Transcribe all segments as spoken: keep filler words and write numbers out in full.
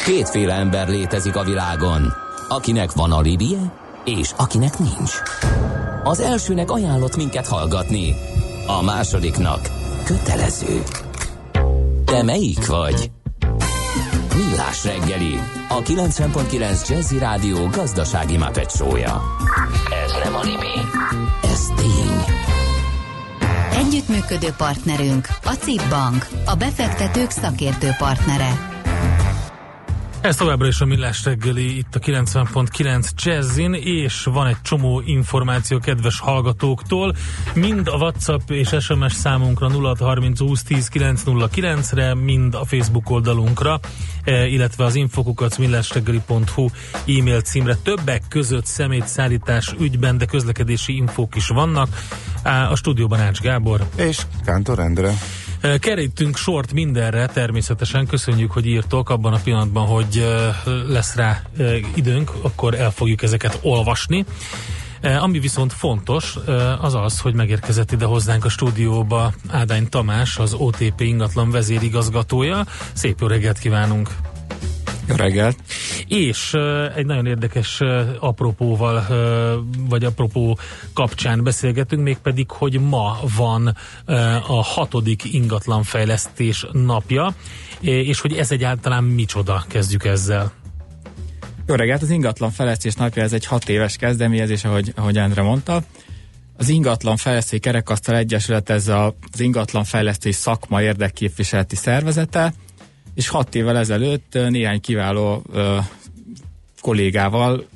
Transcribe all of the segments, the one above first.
Kétféle ember létezik a világon, akinek van alibije, és akinek nincs. Az elsőnek ajánlott minket hallgatni, a másodiknak kötelező. Te melyik vagy? Millás reggeli, a kilencven pont kilenc Jazzy Rádió gazdasági Muppet show-ja. Ez nem anime, ez tény. Együttműködő partnerünk a cé i bé Bank, a befektetők szakértő partnere. Ez továbbra is a Millás reggeli, itt a kilencven pont kilenc Jazzin, és van egy csomó információ kedves hallgatóktól, mind a WhatsApp és es em es számunkra nulla hat harminc húsz tíz kilenc nulla kilencre, mind a Facebook oldalunkra, illetve az infokukat millásreggeli pont hu e-mail címre. Többek között szemétszállítás ügyben, de közlekedési infók is vannak. A stúdióban Ács Gábor és Kántor Endre. Kerítünk sort mindenre, természetesen köszönjük, hogy írtok abban a pillanatban, hogy lesz rá időnk, akkor el fogjuk ezeket olvasni. Ami viszont fontos, az az, hogy megérkezett ide hozzánk a stúdióba Ádány Tamás, az o té pé ingatlan vezérigazgatója. Szép jó reggelt kívánunk! Jó reggelt! És uh, egy nagyon érdekes uh, apropóval, uh, vagy apropó kapcsán beszélgetünk, mégpedig, hogy ma van uh, a hatodik ingatlanfejlesztés napja, és hogy ez egyáltalán micsoda, kezdjük ezzel. Jó reggelt! Az ingatlanfejlesztés napja, ez egy hat éves kezdeményezés, ahogy, ahogy Endre mondta. Az ingatlanfejlesztési kerekasztal egyesület, ez a, az ingatlanfejlesztés szakma érdekképviseleti szervezete, és hat évvel ezelőtt néhány kiváló ö, kollégával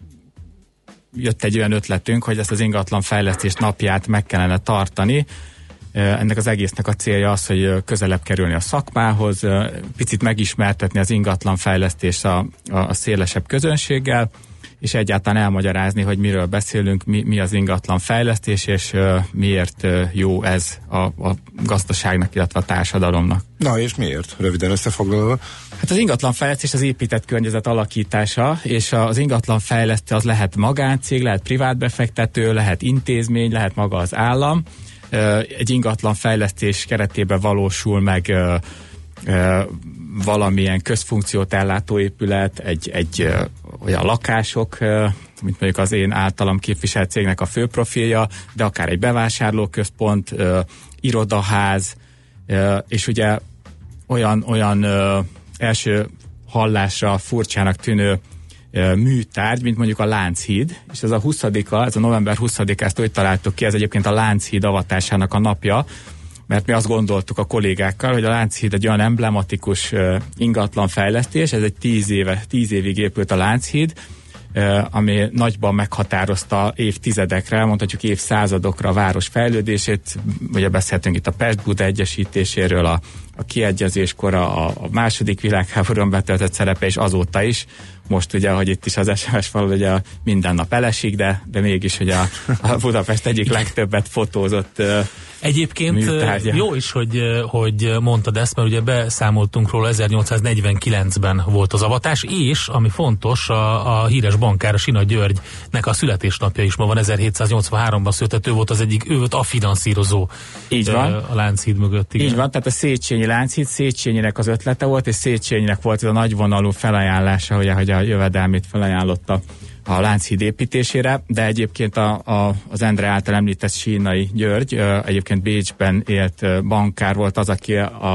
jött egy olyan ötletünk, hogy ezt az ingatlanfejlesztés napját meg kellene tartani. Ennek az egésznek a célja az, hogy közelebb kerülni a szakmához, picit megismertetni az ingatlanfejlesztést a, a, a szélesebb közönséggel, és egyáltalán elmagyarázni, hogy miről beszélünk, mi, mi az ingatlanfejlesztés, és uh, miért uh, jó ez a, a gazdaságnak, illetve a társadalomnak. Na és miért? Röviden összefoglalva. Hát az ingatlanfejlesztés az épített környezet alakítása, és az ingatlanfejlesztő az lehet magáncég, lehet privátbefektető, lehet intézmény, lehet maga az állam. Uh, egy ingatlanfejlesztés keretében valósul meg uh, uh, valamilyen közfunkciót ellátó épület, egy, egy uh, olyan lakások, uh, mint mondjuk az én általam képviselt cégnek a fő profilja, de akár egy bevásárlóközpont, uh, irodaház, uh, és ugye olyan, olyan uh, első hallásra furcsának tűnő uh, műtárgy, mint mondjuk a Lánchíd, és ez a huszadika, ez a november huszadika, ezt úgy találtuk ki, ez egyébként a Lánchíd avatásának a napja, mert mi azt gondoltuk a kollégákkal, hogy a Lánchíd egy olyan emblematikus uh, ingatlanfejlesztés, ez egy tíz, éve, tíz évig épült a Lánchíd, uh, ami nagyban meghatározta évtizedekre, mondhatjuk évszázadokra a város fejlődését. Ugye beszéltünk itt a Pest-Buda egyesítéséről, a, a kiegyezéskor, a, a második világháborúban betöltött szerepe, és azóta is. Most ugye, hogy itt is az es em es fal, ugye minden nap elesik, de, de mégis ugye a, a Budapest egyik legtöbbet fotózott uh, Egyébként műtárgya. Jó is, hogy, hogy mondtad ezt, mert ugye beszámoltunk róla, ezernyolcszáznegyvenkilencben volt az avatás, és ami fontos, a, a híres bankár, a Sina Györgynek a születésnapja is ma van, ezerhétszáznyolcvanháromban született, ő volt az egyik, ő volt a finanszírozó. Így van. A Lánchíd mögött. Igen. Így van, tehát a Széchenyi Lánchíd, Széchenyinek az ötlete volt, és Széchenyinek volt ez a nagyvonalú felajánlása, ugye, hogy a jövedelmét felajánlotta a Lánchíd építésére, de egyébként a, a, az Endre által említett Sínai György, egyébként Bécsben élt bankár volt az, aki a,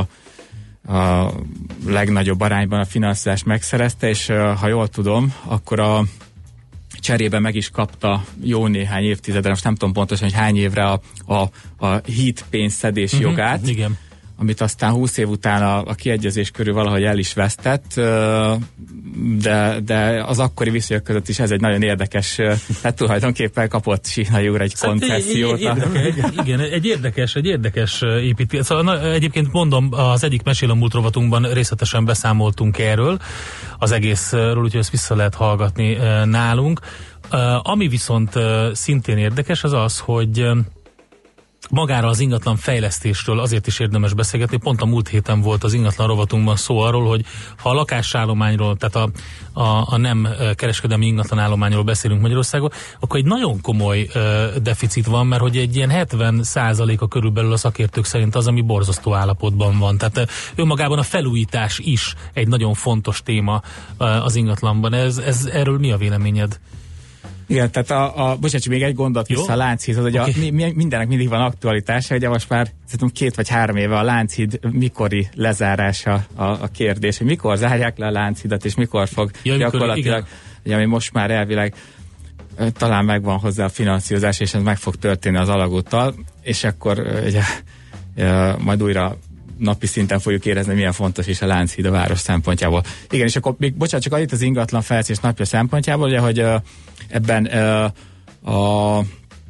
a legnagyobb arányban a finanszírozást megszerezte, és ha jól tudom, akkor a cserébe meg is kapta jó néhány évtizedre, most nem tudom pontosan, hogy hány évre a, a, a híd pénzszedés uh-huh, jogát. Igen. Amit aztán húsz év után a, a kiegyezés körül valahogy el is vesztett, de, de az akkori viszonyok között is ez egy nagyon érdekes, tehát tulajdonképpen kapott Sínai úr egy koncessziót. Igen, egy érdekes, egy érdekes építés. Szóval, na, egyébként mondom, az egyik Mesél a múlt rovatunkban részletesen beszámoltunk erről, az egészről, úgyhogy ezt vissza lehet hallgatni nálunk. Ami viszont szintén érdekes, az az, hogy magára az ingatlan fejlesztésről azért is érdemes beszélgetni. Pont a múlt héten volt az ingatlan rovatunkban szó arról, hogy ha a lakásállományról, tehát a, a, a nem kereskedelmi ingatlan állományról beszélünk Magyarországon, akkor egy nagyon komoly uh, deficit van, mert hogy egy ilyen hetven százaléka körülbelül a szakértők szerint az, ami borzasztó állapotban van. Tehát uh, önmagában a felújítás is egy nagyon fontos téma uh, az ingatlanban. Ez, ez, erről mi a véleményed? Igen, tehát a, a bocsánat, még egy gondot vissza a Lánchídhoz, hogy okay. a, mi, mindennek mindig van aktualitása, ugye most már szerintem két vagy három éve a Lánchíd mikori lezárása a, a kérdés, hogy mikor zárják le a Lánchídat, és mikor fog ja, gyakorlatilag, ugye, ami most már elvileg talán megvan hozzá a finanszírozás, és ez meg fog történni az alagúttal, és akkor ugye, majd újra napi szinten fogjuk érezni, milyen fontos is a Lánchíd a város szempontjából. Igen, és akkor még, bocsánat, csak annyit az ingatlan fejlesztés napja szempontjából, ugye, hogy uh, ebben uh, a,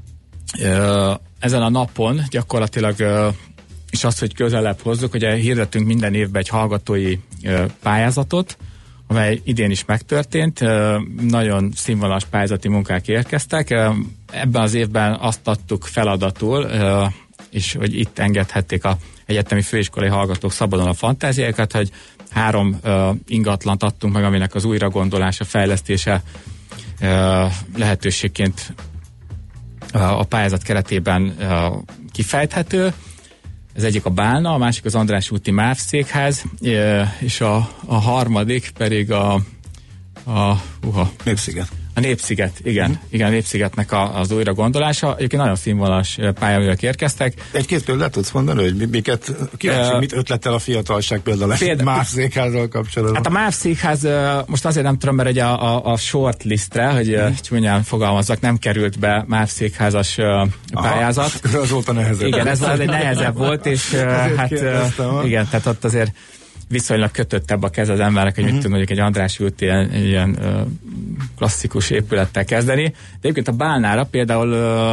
uh, ezen a napon gyakorlatilag uh, és azt, hogy közelebb hozzuk, ugye hirdettünk minden évben egy hallgatói uh, pályázatot, amely idén is megtörtént, uh, nagyon színvonalas pályázati munkák érkeztek. Uh, ebben az évben azt adtuk feladatul, uh, és hogy itt engedhették a egyetemi főiskolai hallgatók szabadon a fantáziákat, hogy három uh, ingatlant adtunk meg, aminek az újragondolása, fejlesztése uh, lehetőségként uh, a pályázat keretében uh, kifejthető. Ez egyik a Bálna, a másik az András úti MÁV székház, uh, és a, a harmadik pedig a, a uha, Népsziget. A Népsziget, igen. Mm. Igen, a Népszigetnek a, az újra gondolása. Egyébként nagyon színvonalas pályaművek érkeztek. Egy-két példát tudsz mondani, hogy miket, kíváncsi, uh, mit ötlettel a fiatalság például példa, MÁV székházzal kapcsolatban? Hát a MÁV székház, most azért nem tudom, mert a, a, a shortlistre, hogy mm. csúnyán fogalmazzak, nem került be MÁV székházas pályázat. Aha, az volt a nehezebb. Igen, ez az egy nehezebb volt, és hát igen, tehát ott azért viszonylag kötöttebb a kez az emberek, hogy uh-huh. mit tudunk egy András úti ilyen, ilyen uh, klasszikus épülettel kezdeni. De egyébként a Bálnára például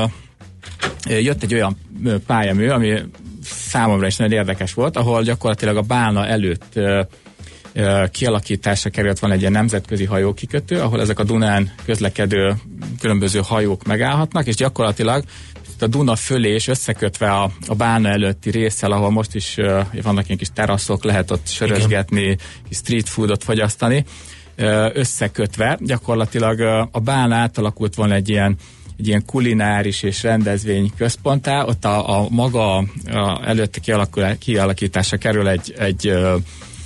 uh, jött egy olyan pályamű, ami számomra is nagyon érdekes volt, ahol gyakorlatilag a Bálna előtt uh, uh, kialakításra került, van egy ilyen nemzetközi hajókikötő, ahol ezek a Dunán közlekedő különböző hajók megállhatnak, és gyakorlatilag a Duna fölé és összekötve a, a Bálna előtti résszel, ahol most is uh, vannak ilyen kis teraszok, lehet ott sörözgetni, kis street foodot fogyasztani, uh, összekötve gyakorlatilag uh, a Bálna átalakult volna egy ilyen, egy ilyen kulináris és rendezvény központtá, ott a, a maga a előtte kialakításra kerül egy, egy uh,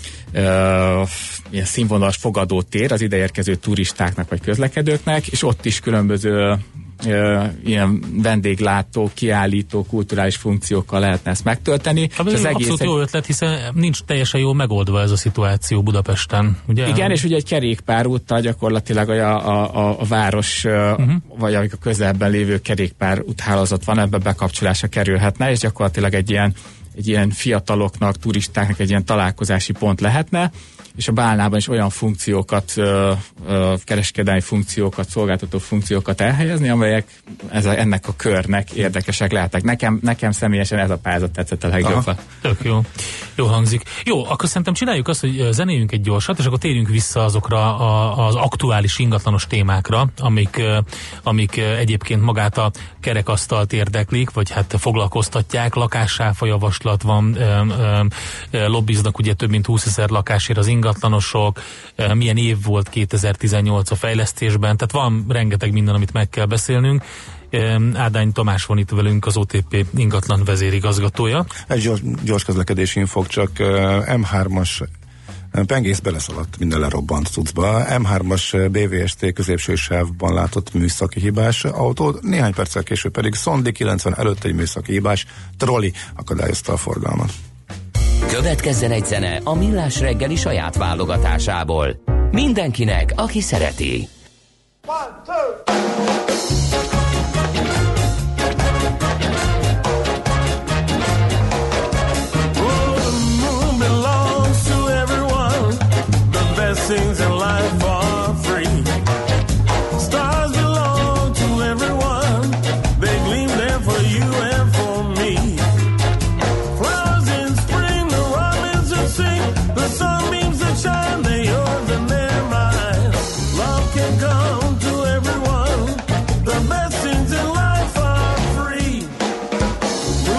uh, ilyen színvonalas fogadótér az ideérkező turistáknak vagy közlekedőknek, és ott is különböző Uh, ilyen vendéglátó, kiállító, kulturális funkciókkal lehetne ezt megtölteni. Ez az abszolút egy... jó ötlet, hiszen nincs teljesen jól megoldva ez a szituáció Budapesten, ugye? Igen, és ugye egy kerékpárúttal gyakorlatilag a, a, a, a város, uh-huh. vagy amik a közelben lévő kerékpárúthálózat van, ebbe bekapcsolásra kerülhetne, és gyakorlatilag egy ilyen, egy ilyen fiataloknak, turistáknak egy ilyen találkozási pont lehetne, és a Bálnában is olyan funkciókat, ö, ö, kereskedelmi funkciókat, szolgáltató funkciókat elhelyezni, amelyek ez a, ennek a körnek érdekesek lehetnek. Nekem, nekem személyesen ez a pályázat tetszett a legjobban. Tök jó. Jó hangzik. Jó, akkor szerintem csináljuk azt, hogy zenéljünk egy gyorsat, és akkor térjünk vissza azokra a, az aktuális ingatlanos témákra, amik, amik egyébként magát a kerekasztalt érdeklik, vagy hát foglalkoztatják. Lakásáfa javaslat van, ö, ö, lobbiznak ugye több mint húszezer lakásért az ingatlan ingatlanosok, milyen év volt kétezer-tizennyolc a fejlesztésben, tehát van rengeteg minden, amit meg kell beszélnünk. Ádány Tamás van itt velünk, az o té pé ingatlan vezérigazgatója. Egy gyors, gyors közlekedési infok, csak em hármas pengész beleszaladt minden lerobbant cuccba. em hármas bé vé es té középső sávban látott műszaki hibás autó, néhány perccel később pedig Szondi kilencven előtt egy műszaki hibás troli akadályozta a forgalmat. Következzen egy zene a Millás reggeli saját válogatásából. Mindenkinek, aki szereti. One, two. Things in life are free. Stars belong to everyone. They gleam there for you and for me. Flowers in spring, the robins that sing, the sunbeams that shine, they're yours and they're mine. Love can come to everyone. The best things in life are free.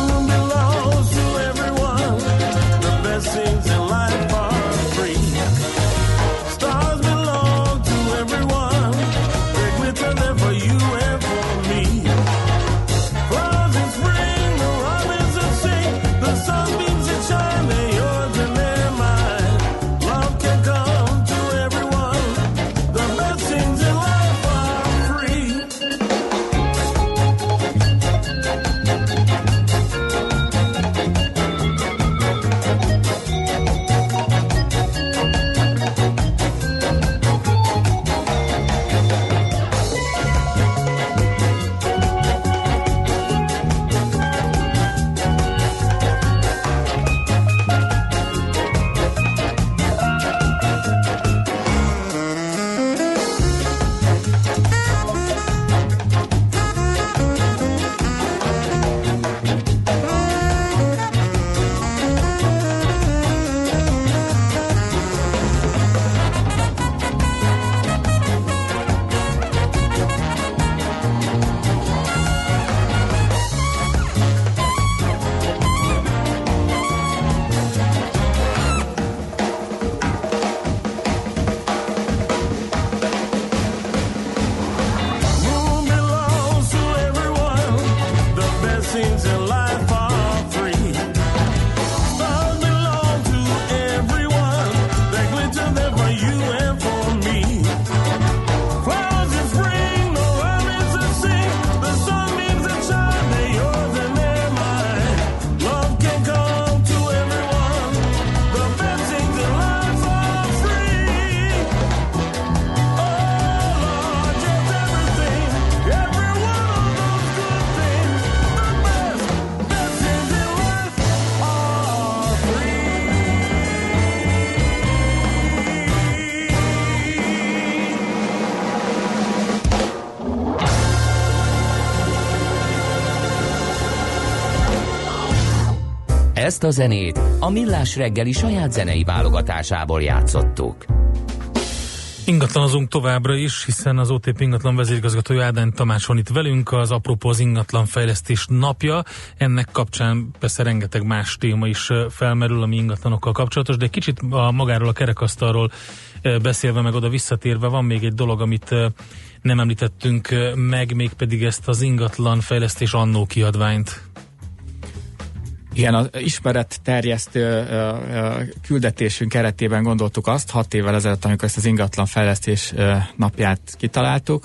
Ezt a zenét a Millás reggeli saját zenei válogatásából játszottuk. Ingatlanozunk továbbra is, hiszen az o té pé ingatlan vezérigazgatója Ádány Tamás van itt velünk, az apropó az ingatlan fejlesztés napja. Ennek kapcsán persze rengeteg más téma is felmerül, ami ingatlanokkal kapcsolatos, de egy kicsit a magáról a kerekasztalról beszélve, meg oda visszatérve van még egy dolog, amit nem említettünk meg, mégpedig ezt az ingatlan fejlesztés annó kiadványt. Igen, az ismeretterjesztő küldetésünk keretében gondoltuk azt, hat évvel ezelőtt, amikor ezt az ingatlan fejlesztés napját kitaláltuk,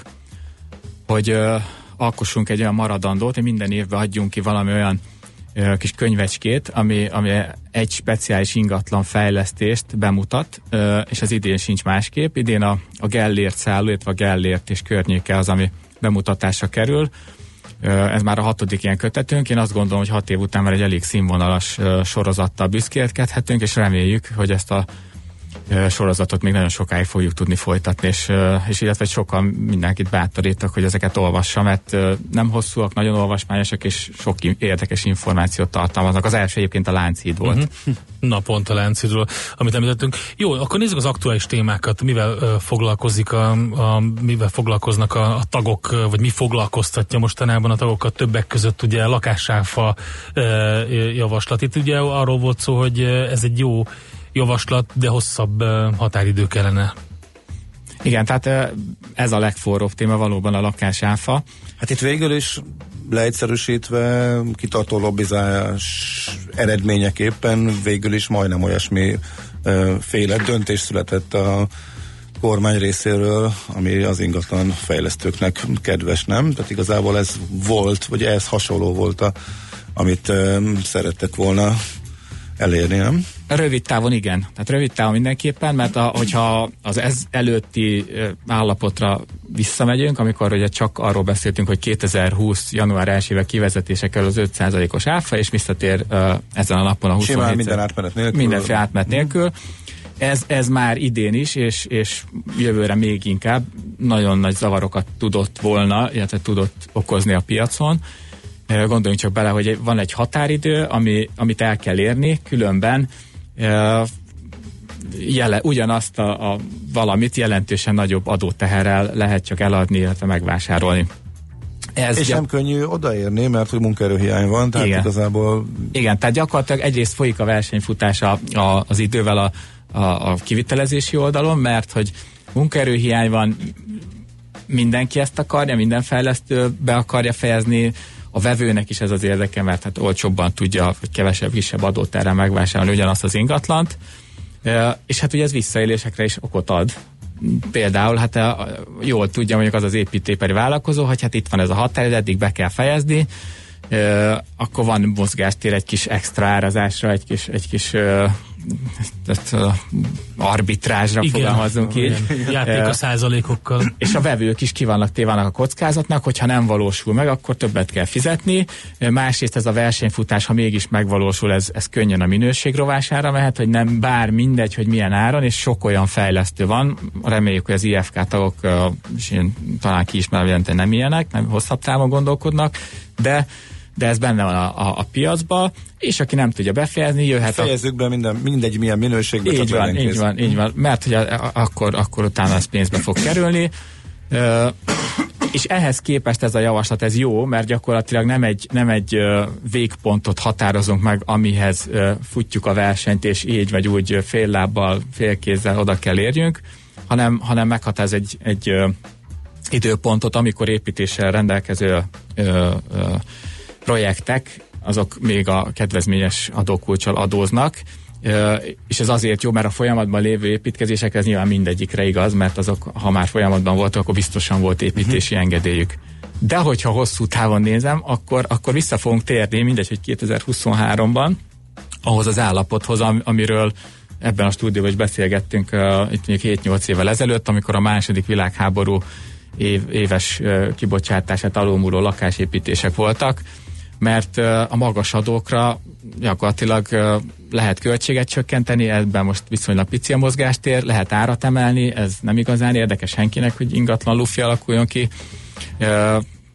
hogy alkossunk egy olyan maradandót, hogy minden évben adjunk ki valami olyan kis könyvecskét, ami, ami egy speciális ingatlan fejlesztést bemutat, és az idén sincs másképp. Idén a, a Gellért szálló, illetve a Gellért és környéke az, ami bemutatásra kerül. Ez már a hatodik ilyen kötetünk. Én azt gondolom, hogy hat év után már egy elég színvonalas sorozattal büszkélkedhetünk, és reméljük, hogy ezt a sorozatot még nagyon sokáig fogjuk tudni folytatni, és, és illetve sokan mindenkit bátorítok, hogy ezeket olvassa, mert nem hosszúak, nagyon olvasmányosak, és sok érdekes információt tartalmaznak. Az első egyébként a Lánchíd volt. Uh-huh. Na pont a Lánchídról, amit említettünk. Jó, akkor nézzük az aktuális témákat. Mivel uh, foglalkozik a, a, mivel foglalkoznak a, a tagok, vagy mi foglalkoztatja mostanában a tagokat, többek között ugye lakásáfa uh, javaslat. Itt ugye arról volt szó, hogy ez egy jó javaslat, de hosszabb uh, határidő kellene. Igen, tehát ez a legforróbb téma valóban a lakásáfa. Hát itt végül is leegyszerűsítve kitartó lobbizás eredményeképpen végül is majdnem olyasmi uh, féle döntés született a kormány részéről, ami az ingatlan fejlesztőknek kedves, nem? Tehát igazából ez volt, vagy ehhez hasonló volt, a, amit uh, szerettek volna elérni, nem? Rövid távon igen. Tehát rövid távon mindenképpen, mert a, hogyha az ez előtti állapotra visszamegyünk, amikor ugye csak arról beszéltünk, hogy kétezer-húsz január elsejével kivezetése kell az öt százalékos áfa, és visszatér uh, ezen a napon a huszonhét. Simán minden átmenet nélkül. Mindenféle átmenet nélkül. Ez, ez már idén is, és, és jövőre még inkább nagyon nagy zavarokat tudott volna, illetve tudott okozni a piacon. Gondoljunk csak bele, hogy van egy határidő, ami, amit el kell érni, különben uh, jele, ugyanazt a, a valamit jelentősen nagyobb adóteherrel lehet csak eladni, illetve megvásárolni. Ez és gyak... nem könnyű odaérni, mert hogy munkaerőhiány van, tehát igen. Igazából... Igen, tehát gyakorlatilag egyrészt folyik a versenyfutása a, az idővel a, a, a kivitelezési oldalon, mert hogy munkaerőhiány van, mindenki ezt akarja, minden fejlesztő be akarja fejezni, a vevőnek is ez az érdeke, mert hát olcsóbban tudja, hogy kevesebb, kisebb adóterrel megvásárolni ugyanazt az ingatlant, e, és hát ugye ez visszaélésekre is okot ad. Például hát a, jól tudja mondjuk az az építőipari vállalkozó, hogy hát itt van ez a határidő, eddig be kell fejezni, e, akkor van mozgástér egy kis extra árazásra, egy kis, egy kis e, tehát, arbitrázsra igen, fogalmazunk így. Játék a százalékokkal. És a vevők is ki vannak téve a kockázatnak, hogyha nem valósul meg, akkor többet kell fizetni. Másrészt ez a versenyfutás, ha mégis megvalósul, ez, ez könnyen a minőség rovására mehet, hogy nem bár mindegy, hogy milyen áron, és sok olyan fejlesztő van. Reméljük, hogy az i ef ká tagok, és én talán ki is már jelenteni nem ilyenek, nem hosszabb távon gondolkodnak, de de ez benne van a, a, a piacba, és aki nem tudja befejezni, jöhet... Fejezzük a... be minden, mindegy milyen minőségben. Így van, így van, így van, mert hogy a, a, akkor, akkor utána ez pénzbe fog kerülni. Ö, és ehhez képest ez a javaslat, ez jó, mert gyakorlatilag nem egy, nem egy ö, végpontot határozunk meg, amihez ö, futjuk a versenyt, és így vagy úgy fél lábbal, fél kézzel oda kell érjünk, hanem, hanem meghatároz egy, egy ö, időpontot, amikor építéssel rendelkező ö, ö, projektek, azok még a kedvezményes adókulccsal adóznak, és ez azért jó, mert a folyamatban lévő építkezések, ez nyilván mindegyikre igaz, mert azok, ha már folyamatban voltak, akkor biztosan volt építési uh-huh. engedélyük. De hogyha hosszú távon nézem, akkor, akkor vissza fogunk térni, mindegy, hogy kétezer-huszonháromban, ahhoz az állapothoz, am, amiről ebben a stúdióban is beszélgettünk uh, itt mondjuk hét-nyolc évvel ezelőtt, amikor a második világháború év, éves uh, kibocsátását alulmúló lakásépítések voltak, mert a magas adókra gyakorlatilag lehet költséget csökkenteni, ebben most viszonylag pici a mozgástér, lehet árat emelni, ez nem igazán érdekes senkinek, hogy ingatlan lufi alakuljon ki.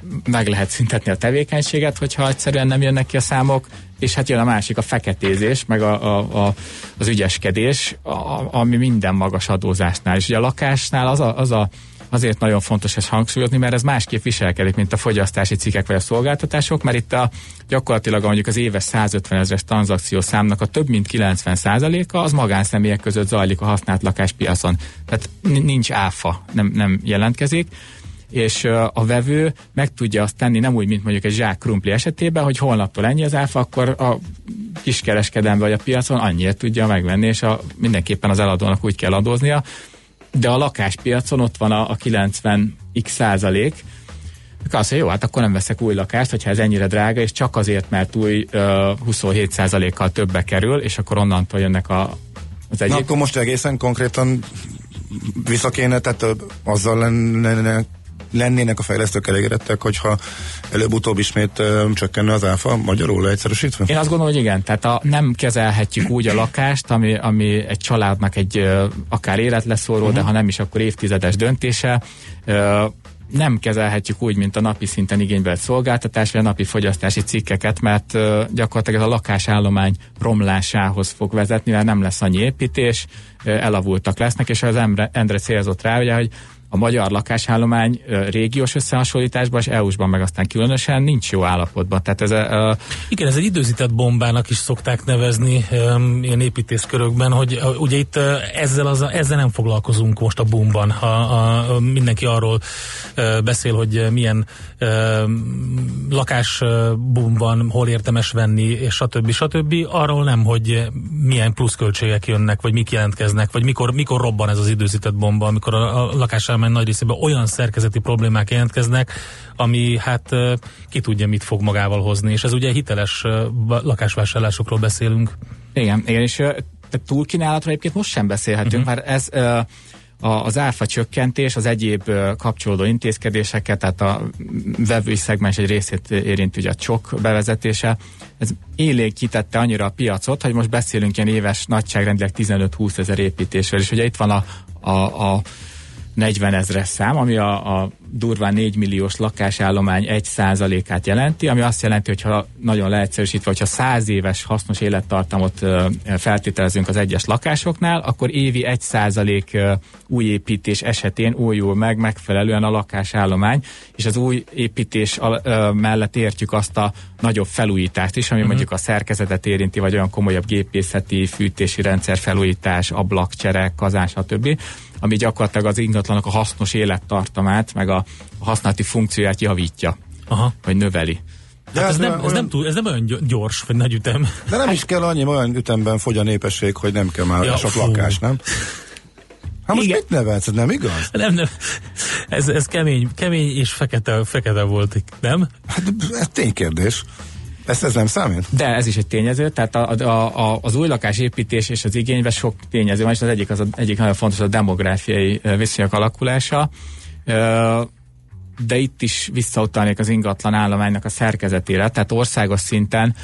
meg lehet szüntetni a tevékenységet, hogyha egyszerűen nem jönnek ki a számok, és hát jön a másik, a feketézés, meg a, a, a, az ügyeskedés, a, ami minden magas adózásnál. És ugye a lakásnál az a, az a azért nagyon fontos ezt hangsúlyozni, mert ez másképp viselkedik, mint a fogyasztási cikkek vagy a szolgáltatások, mert itt a, gyakorlatilag mondjuk az éves százötven ezres tranzakció számnak a több mint kilencven százaléka az magánszemélyek között zajlik a használt lakáspiacon. Tehát nincs áfa, nem, nem jelentkezik, és a vevő meg tudja azt tenni, nem úgy, mint mondjuk egy zsák krumpli esetében, hogy holnaptól ennyi az áfa, akkor a kiskereskedelemben vagy a piacon annyiért tudja megvenni, és a, mindenképpen az eladónak úgy kell adóznia. De a lakáspiacon ott van a, a kilencven x százalék, akkor azt mondja, jó, hát akkor nem veszek új lakást, hogyha ez ennyire drága, és csak azért, mert új uh, huszonhét százalékkal többe kerül, és akkor onnantól jönnek a, az egyik. Na akkor most egészen konkrétan vissza kéne, tehát azzal lennének, lennének a fejlesztők elégedettek, hogyha előbb-utóbb ismét uh, csökkenne az áfa, magyarul leegyszerűsítve? Én azt gondolom, hogy igen, tehát a, nem kezelhetjük úgy a lakást, ami, ami egy családnak egy uh, akár életleszóró, uh-huh. de ha nem is, akkor évtizedes döntése. Uh, nem kezelhetjük úgy, mint a napi szinten igénybe vett szolgáltatás, vagy a napi fogyasztási cikkeket, mert uh, gyakorlatilag ez a lakásállomány romlásához fog vezetni, mert nem lesz annyi építés, uh, elavultak lesznek, és az Endre, Endre célzott rá, ugye, hogy a magyar lakásállomány uh, régiós összehasonlításban, és é u-sban meg aztán különösen nincs jó állapotban. Tehát ez a, uh, Igen, ez egy időzített bombának is szokták nevezni um, ilyen építészkörökben, hogy uh, ugye itt uh, ezzel, az, ezzel nem foglalkozunk most a boomban. Ha a, a, mindenki arról uh, beszél, hogy milyen uh, lakás uh, boomban, hol érdemes venni, és stb. stb. Arról nem, hogy milyen pluszköltségek jönnek, vagy mik jelentkeznek, vagy mikor, mikor robban ez az időzített bomba, amikor a, a lakásállomány nagy részében olyan szerkezeti problémák jelentkeznek, ami hát ki tudja, mit fog magával hozni, és ez ugye hiteles lakásvásárlásokról beszélünk. Igen, igen, és túlkínálatra egyébként most sem beszélhetünk, uh-huh. mert ez az áfa csökkentés, az egyéb kapcsolódó intézkedéseket, tehát a vevői szegmens egy részét érint ugye a csok bevezetése, ez élénkítette annyira a piacot, hogy most beszélünk ilyen éves nagyságrendileg tizenöt-húsz ezer építésről, és ugye itt van a, a, a negyven ezres szám, ami a, a durván négy milliós lakásállomány egy százalékát jelenti, ami azt jelenti, hogyha nagyon leegyszerűsítve, hogyha száz éves hasznos élettartamot ö, feltételezünk az egyes lakásoknál, akkor évi egy százalék ö, új építés esetén újul meg megfelelően a lakásállomány, és az új építés ö, mellett értjük azt a nagyobb felújítást is, ami uh-huh. mondjuk a szerkezetet érinti, vagy olyan komolyabb gépészeti, fűtési rendszer felújítás, ablakcsere, kazán, stb., ami gyakorlatilag az ingatlanak a hasznos élettartamát, meg a használati funkcióját javítja, Aha. vagy növeli. De hát ez, nem, olyan, ez, nem túl, ez nem olyan gyors, vagy nagy ütem. De nem is kell annyi, olyan ütemben fogy a népesség, hogy nem kell már ja, sok fú. lakás, nem? Hát most igen. Mit nevetsz? Ez nem igaz? Nem, nem. Ez, ez kemény, kemény és fekete, fekete volt, nem? Hát ez ténykérdés. Ezt ez nem számít? De ez is egy tényező, tehát a, a, a, az új lakásépítés és az igényben sok tényező van, és az egyik, az a, egyik nagyon fontos a demográfiai viszonyok alakulása, de itt is visszautalnék az ingatlan állománynak a szerkezetére, tehát országos szinten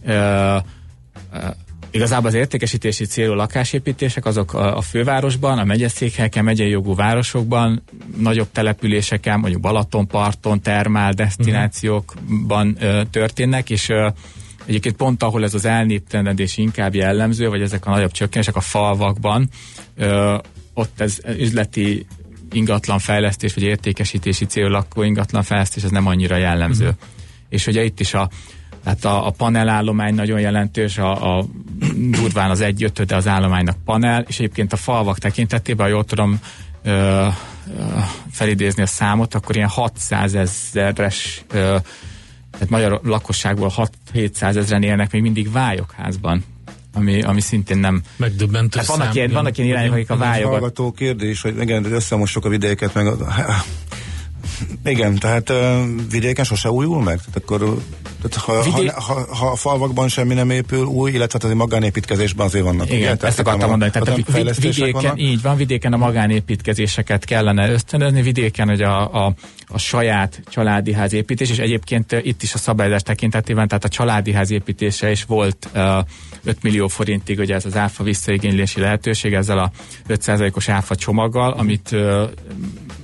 igazából az értékesítési célú lakásépítések azok a, a fővárosban, a megyeszékhelyeken, megyei jogú városokban, nagyobb településeken, mondjuk Balatonparton, termál desztinációkban ö, történnek, és ö, egyébként pont ahol ez az elnéptelenedés inkább jellemző, vagy ezek a nagyobb csökkenések a falvakban, ö, ott ez üzleti ingatlanfejlesztés, vagy értékesítési célú lakó ingatlanfejlesztés, ez nem annyira jellemző. Uh-huh. És ugye itt is a Tehát a, a panelállomány nagyon jelentős, a, a durván az egy ötöde az állománynak panel, és egyébként a falvak tekintetében, ha jól tudom ö, ö, felidézni a számot, akkor ilyen hatszázezeres, ö, tehát magyar lakosságból hat-hétszázezren élnek még mindig vályokházban, ami, ami szintén nem... Megdöbbentő hát vannak, ilyen, vannak ilyen irányok, akik a vályokat... Hallgató kérdés, hogy igen, összemossuk a vidéket, meg a... Igen, tehát uh, vidéken sose újul meg? Tehát akkor tehát ha, Vidé... ha, ha, ha a falvakban semmi nem épül új, illetve az magánépítkezésben azért vannak. Igen, ugye? Ezt akartam mondani. Tehát a vid- vidéken, vannak? Így van, vidéken a magánépítkezéseket kellene ösztönözni, vidéken, hogy a, a, a saját családi házépítés, és egyébként uh, itt is a szabályozás tekintetében, tehát a családi házépítése is volt uh, öt millió forintig, ugye ez az áfa visszaigénylési lehetőség, ezzel a öt százalékos áfa csomaggal, amit uh,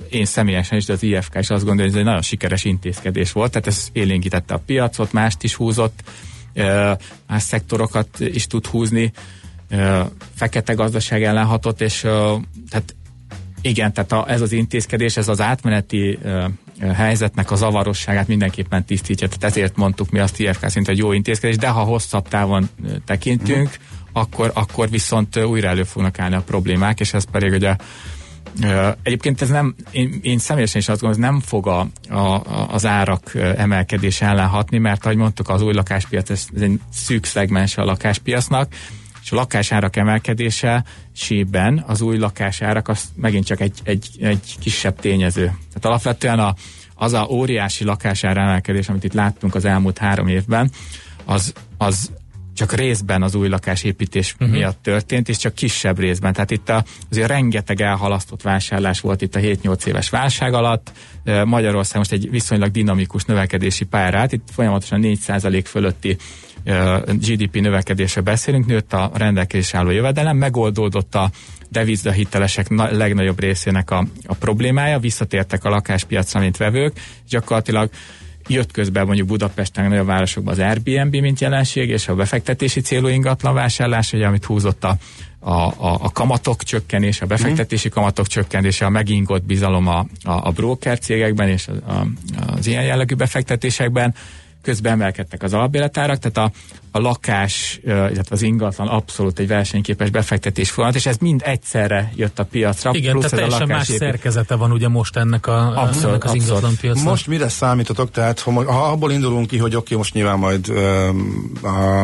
én személyesen is, de az i ef ká is azt gondolja, hogy ez egy nagyon sikeres intézkedés volt, tehát ez élénkítette a piacot, mást is húzott, más szektorokat is tud húzni, fekete gazdaság ellen hatott, és tehát igen, tehát a, ez az intézkedés, ez az átmeneti helyzetnek a zavarosságát mindenképpen tisztítja, tehát ezért mondtuk mi azt i ef ká szint egy jó intézkedés, de ha hosszabb távon tekintünk, mm. akkor, akkor viszont újra elő fognak állni a problémák, és ez pedig ugye egyébként ez nem, én, én személyesen is azt gondolom, ez nem fog a, a, az árak emelkedés ellen hatni, mert ahogy mondtuk, az új lakáspiac, ez egy szűk szegmense a lakáspiacnak, és a lakásárak emelkedése sében az új lakásárak az megint csak egy, egy, egy kisebb tényező. Tehát alapvetően a, az a óriási lakására emelkedés, amit itt láttunk az elmúlt három évben, az, az csak részben az új lakásépítés uh-huh. miatt történt, és csak kisebb részben. Tehát itt a, azért rengeteg elhalasztott vásárlás volt itt a hét-nyolc éves válság alatt. Magyarország most egy viszonylag dinamikus növekedési pályára állt, itt folyamatosan négy százalék fölötti gé dé pé növekedésre beszélünk, nőtt a rendelkezésre álló jövedelem, megoldódott a devizahitelesek na- legnagyobb részének a, a problémája, visszatértek a lakáspiacra, mint vevők, gyakorlatilag jött közben mondjuk Budapesten, a nagyobb városokban az Airbnb, mint jelenség, és a befektetési célú ingatlan vásárlás, ugye, amit húzott a, a, a, a kamatok csökkenése, a befektetési kamatok csökkenése, a megingott bizalom a, a, a broker cégekben és a, a, az ilyen jellegű befektetésekben. Közben emelkedtek az alapbéletárak, tehát a, a lakás, illetve az ingatlan abszolút egy versenyképes befektetés folyamat, és ez mind egyszerre jött a piacra. Igen, plusz tehát teljesen más épít... szerkezete van ugye most ennek, a, abszolút, ennek az ingatlan piacnak. Most mire számítotok? Tehát ha abból indulunk ki, hogy oké, okay, most nyilván majd um, a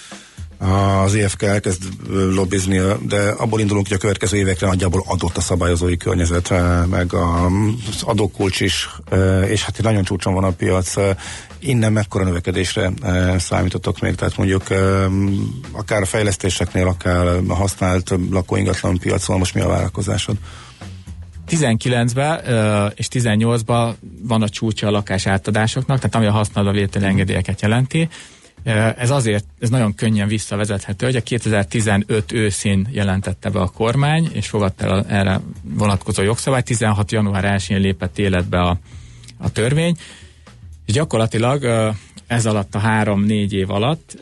az i ef ká elkezd lobbizni, de abból indulunk, hogy a következő évekre nagyjából adott a szabályozói környezet, meg az adókulcs is, és hát nagyon csúcson van a piac. Innen mekkora növekedésre számítottok még? Tehát mondjuk akár a fejlesztéseknél, akár a használt lakóingatlan piacon most mi a várakozásod? tizenkilencben és tizennyolcban van a csúcsa a lakás átadásoknak, tehát ami a használó vételi engedélyeket jelenti. Ez azért, ez nagyon könnyen visszavezethető, hogy a kétezer-tizenöt őszén jelentette be a kormány, és fogadta el erre vonatkozó jogszabály, tizenhat január elsején lépett életbe a, a törvény, és gyakorlatilag ez alatt a három-négy év alatt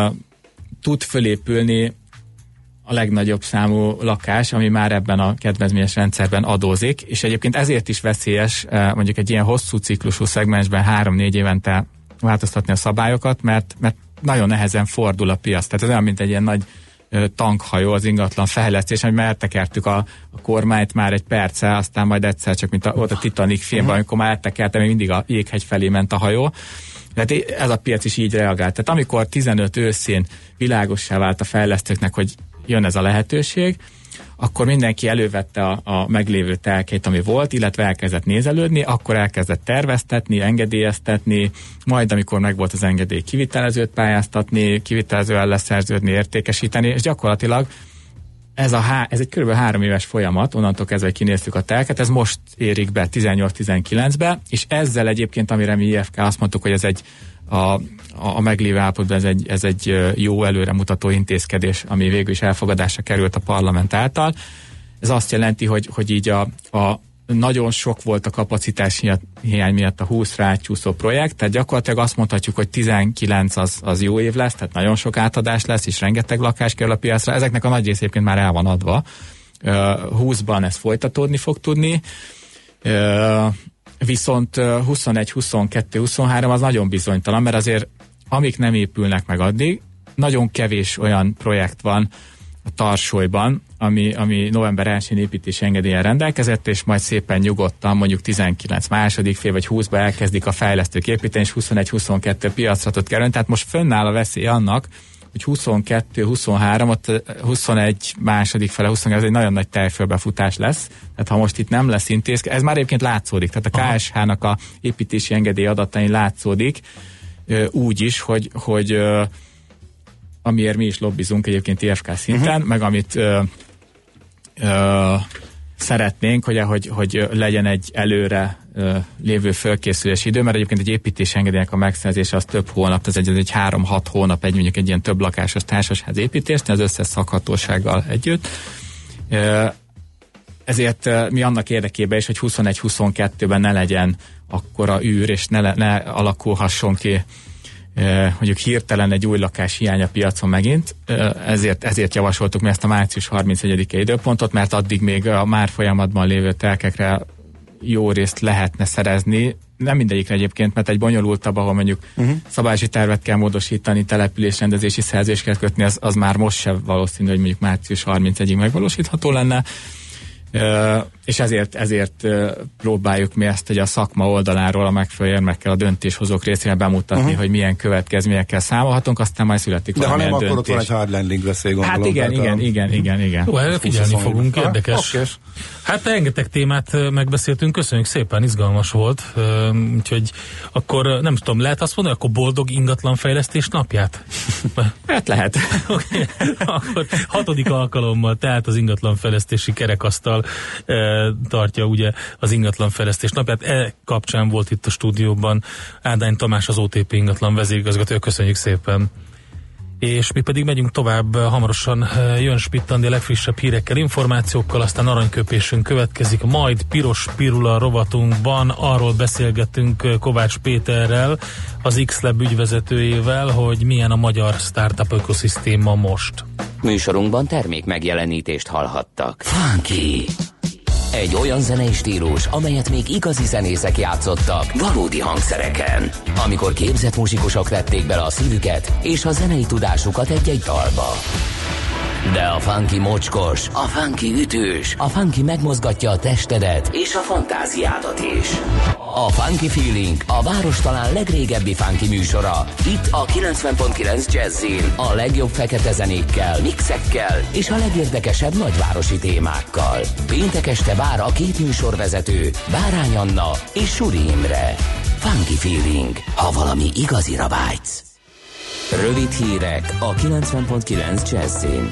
tud fölépülni a legnagyobb számú lakás, ami már ebben a kedvezményes rendszerben adózik, és egyébként ezért is veszélyes mondjuk egy ilyen hosszú ciklusú szegmensben három-négy évente változtatni a szabályokat, mert, mert nagyon nehezen fordul a piac. Tehát ez olyan, mint egy ilyen nagy ö, tankhajó az ingatlan fejlesztés, hogy már eltekertük a, a kormányt már egy perccel, aztán majd egyszer csak, mint a, ott a Titanic filmben, uh-huh. amikor már eltekerte, még mindig a jéghegy felé ment a hajó. Tehát ez a piac is így reagált. Tehát amikor tizenöt őszén világossá vált a fejlesztőknek, hogy jön ez a lehetőség, akkor mindenki elővette a, a meglévő telkét, ami volt, illetve elkezdett nézelődni, akkor elkezdett terveztetni, engedélyeztetni, majd amikor megvolt az engedély, kivitelezőt pályáztatni, kivitelezővel leszerződni, értékesíteni, és gyakorlatilag ez, a há, ez egy kb. három éves folyamat, onnantól kezdve kinéztük a telket, ez most érik be tizennyolc-tizenkilencbe, és ezzel egyébként, amire mi i ef ká azt mondtuk, hogy ez egy a, a, a meglévő állapotban ez egy, ez egy jó előremutató intézkedés, ami végül is elfogadásra került a parlament által. Ez azt jelenti, hogy, hogy így a, a nagyon sok volt a kapacitás hiány miatt a húszra átcsúszó projekt, tehát gyakorlatilag azt mondhatjuk, hogy tizenkilenc az, az jó év lesz, tehát nagyon sok átadás lesz, és rengeteg lakás kerül a piacra. Ezeknek a nagy rész egyébként már el van adva. húszban ez folytatódni fog tudni. Viszont huszonegy, huszonkettő, huszonhárom az nagyon bizonytalan, mert azért amik nem épülnek meg addig, nagyon kevés olyan projekt van a tarsolyban, ami, ami november elsején építési engedélyen rendelkezett, és majd szépen nyugodtan mondjuk tizenkilenc második fél vagy húszba elkezdik a fejlesztők építeni, és huszonegy, huszonkettő piacra tud kerülni, tehát most fönnáll a veszély annak, hogy huszonkettő, huszonhárom, ott huszonegy második fele, huszonkettő, ez egy nagyon nagy tejfölbefutás lesz, tehát ha most itt nem lesz intézkedés, ez már egyébként látszódik, tehát a ká es há-nak a építési engedély adatain látszódik, úgy is, hogy, hogy amiért mi is lobbizunk egyébként i ef ká szinten, uh-huh. meg amit ö, ö, szeretnénk, hogy, hogy, hogy legyen egy előre ö, lévő fölkészülési idő, mert egyébként egy építési engedélynek a megszerzése az több hónap, ez egy, egy három-hat hónap egy mondjuk egy ilyen több lakásos társasház építésnél, az összes szakhatósággal együtt. Ö, ezért mi annak érdekében is, hogy huszonegy-huszonkettőben ne legyen akkora űr, és ne, ne alakulhasson ki mondjuk hirtelen egy új lakás hiány a piacon megint, ezért, ezért javasoltuk mi ezt a március harmincegyedike időpontot, mert addig még a már folyamatban lévő telkekre jó részt lehetne szerezni, nem mindegyikre egyébként, mert egy bonyolultabb, ahol mondjuk uh-huh. szabályozási tervet kell módosítani, településrendezési szerződést kell kötni, az, az már most sem valószínű, hogy mondjuk március harmincegyedikéig megvalósítható lenne. Uh, és ezért, ezért uh, próbáljuk mi ezt, hogy a szakma oldaláról a megfelelő érmekkel a döntéshozók részére bemutatni, uh-huh. hogy milyen következményekkel számolhatunk, aztán majd születik de valamilyen döntés. De ha nem, döntés. akkor ott van egy hard landing veszély, gondolom. Hát igen, igen, a... igen, igen, igen. Jó, erre figyelni fogunk, érdekes. Okay. Hát rengeteg témát megbeszéltünk, köszönjük szépen, izgalmas volt, úgyhogy akkor nem tudom, lehet azt mondani, akkor boldog ingatlanfejlesztés napját? Hát lehet. Okay. Akkor hatodik alkalommal, tehát az ingatlanfejlesztési kerekasztal tartja ugye az ingatlanfejlesztés napját. E kapcsán volt itt a stúdióban Ádány Tamás, az o té pé ingatlan vezérigazgatója, köszönjük szépen. És mi pedig megyünk tovább, hamarosan jön Spittandi a legfrissebb hírekkel, információkkal, aztán aranyköpésünk következik, majd Piros Pirula rovatunkban arról beszélgetünk Kovács Péterrel, az X-Lab ügyvezetőjével, hogy milyen a magyar startup ökoszisztéma most. Műsorunkban termék megjelenítést hallhattak. Funky! Egy olyan zenei stílus, amelyet még igazi zenészek játszottak valódi hangszereken. Amikor képzett muzsikusok vették bele a szívüket és a zenei tudásukat egy-egy dalba. De a funky mocskos, a funky ütős, a funky megmozgatja a testedet és a fantáziádat is. A Funky Feeling a város talán legrégebbi funky műsora. Itt a kilencven pont kilenc Jazzin a legjobb fekete zenékkel, mixekkel és a legérdekesebb nagyvárosi témákkal. Péntek este vár a két műsorvezető, Bárány Anna és Suri Imre. Funky Feeling, ha valami igazira vágysz. Rövid hírek a kilencven pont kilenc Jazzin.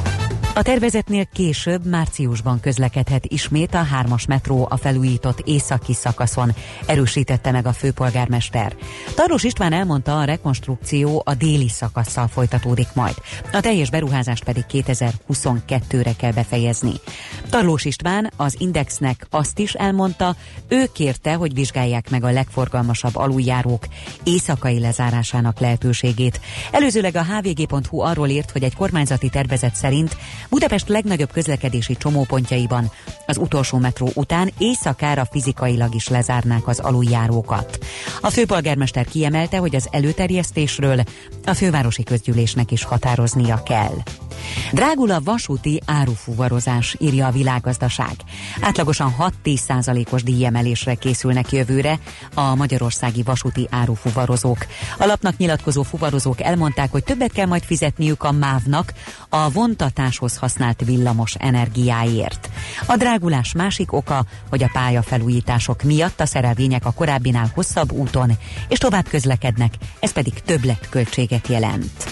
A tervezetnél később márciusban közlekedhet ismét a hármas metró a felújított északi szakaszon, erősítette meg a főpolgármester. Tarlós István elmondta, a rekonstrukció a déli szakasszal folytatódik majd. A teljes beruházást pedig kétezer-huszonkettőre kell befejezni. Tarlós István az Indexnek azt is elmondta, ő kérte, hogy vizsgálják meg a legforgalmasabb aluljárók éjszakai lezárásának lehetőségét. Előzőleg a há vé gé pont hú arról írt, hogy egy kormányzati tervezet szerint Budapest legnagyobb közlekedési csomópontjaiban az utolsó metró után éjszakára fizikailag is lezárnák az aluljárókat. A főpolgármester kiemelte, hogy az előterjesztésről a fővárosi közgyűlésnek is határoznia kell. Drágul a vasúti árufuvarozás, írja a Világgazdaság. Átlagosan hat-tíz százalékos díjemelésre készülnek jövőre a magyarországi vasúti árufuvarozók. A lapnak nyilatkozó fuvarozók elmondták, hogy többet kell majd fizetniük a mávnak a vontatáshoz használt villamos energiáért. A drágulás másik oka, hogy a pályafelújítások miatt a szerelvények a korábbinál hosszabb úton és tovább közlekednek, ez pedig többletköltséget jelent.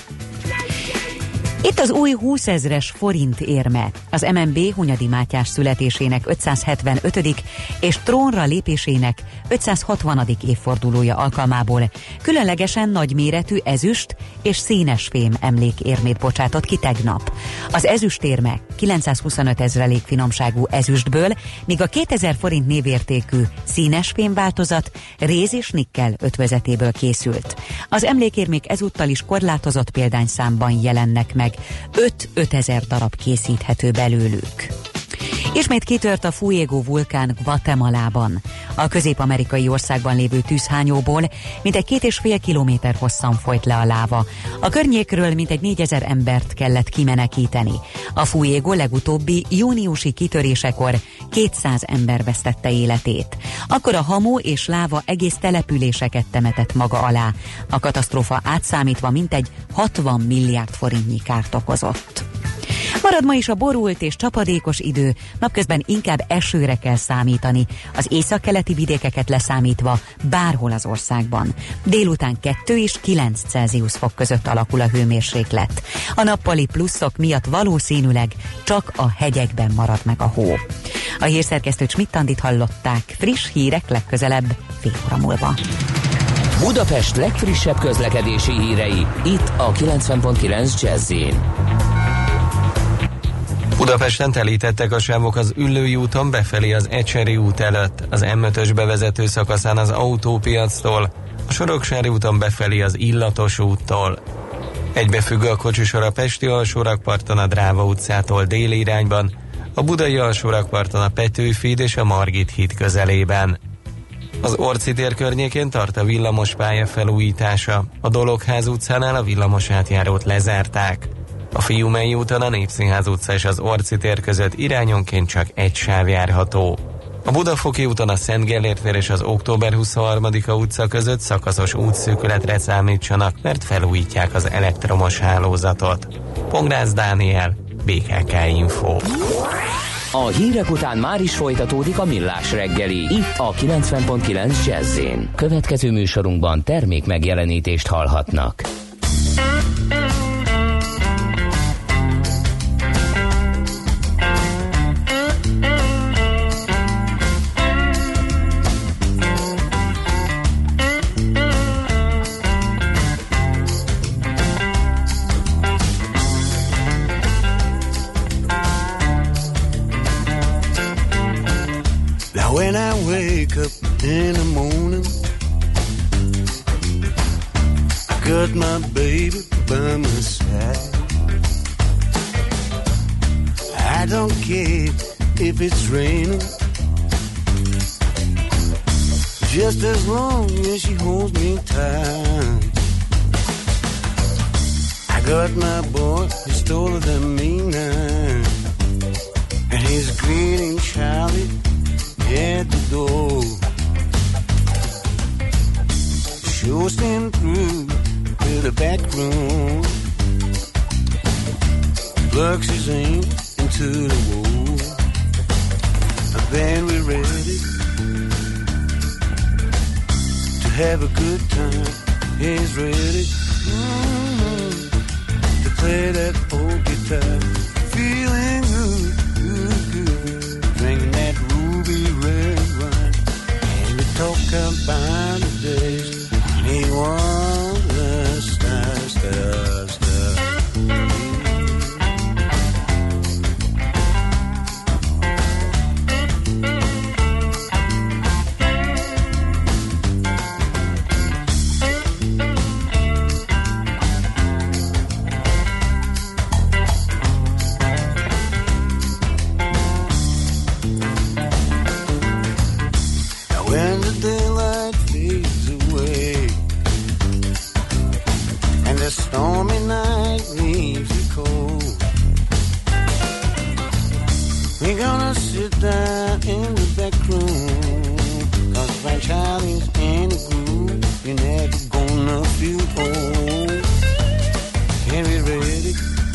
Itt az új húszezres forint érme, az em en bé Hunyadi Mátyás születésének ötszázhetvenötödik és trónra lépésének ötszázhatvanadik évfordulója alkalmából különlegesen nagyméretű ezüst és színesfém emlékérmét bocsátott ki tegnap. Az ezüstérme kilencszázhuszonöt ezrelék finomságú ezüstből, míg a kétezer forint névértékű színesfém változat réz és nikkel ötvözetéből készült. Az emlékérmék ezúttal is korlátozott példányszámban jelennek meg, öt-öt ezer darab készíthető belőlük. Ismét kitört a Fuego vulkán Guatemalában. A közép-amerikai országban lévő tűzhányóból mintegy két és fél kilométer hosszan folyt le a láva. A környékről mintegy négyezer embert kellett kimenekíteni. A Fuego legutóbbi júniusi kitörésekor kétszáz ember vesztette életét. Akkor a hamu és láva egész településeket temetett maga alá. A katasztrófa átszámítva mintegy hatvan milliárd forintnyi kárt okozott. Marad ma is a borult és csapadékos idő, napközben inkább esőre kell számítani, az északkeleti vidékeket leszámítva bárhol az országban. Délután kettő és kilenc Celsius fok között alakul a hőmérséklet. A nappali pluszok miatt valószínűleg csak a hegyekben marad meg a hó. A hírszerkesztő Schmidt-Andit hallották, friss hírek legközelebb fél óra múlva. Budapest legfrissebb közlekedési hírei, itt a kilencven pont kilenc Jazzin. Budapesten telítettek a sávok az Üllői úton befelé az Ecseri út előtt, az M ötös bevezető szakaszán az Autópiactól, a Soroksári úton befelé az Illatos úttól. Egybefüggő a kocsisor a Pesti alsórakparton a Dráva utcától déli irányban, a Budai alsórakparton a Petőfi és a Margit híd közelében. Az Orci tér környékén tart a villamospálya felújítása, a Dologház utcánál a villamos átjárót lezárták. A Fiumei úton a Népszínház utca és az Orci tér között irányonként csak egy sáv járható. A Budafoki úton a Szent Gellért tér és az Október huszonharmadika utca között szakaszos útszűkületre számítsanak, mert felújítják az elektromos hálózatot. Pongrácz Dániel, bé ká ká Info. A hírek után már is folytatódik a Millás reggeli, itt a kilencven pont kilenc Jazz-én. Következő műsorunkban termék megjelenítést hallhatnak. When I wake up in the morning, I got my baby by my side. I don't care if it's raining, just as long as she holds me tight. I got my boy, he's taller than me now, and he's greeting Charlie at the door. Sure stand through to the back room, plugs his aim into the wall, and then we're ready to have a good time. He's ready mm-hmm, to play that old guitar, feeling good, good, good, drinking that ruby red wine, and we talk about the days when he was a star, star, star. Stormy night leaves you cold. We're gonna sit down in the back room, 'cause Frank Charlie's in the groove. You're never gonna feel old. And we're ready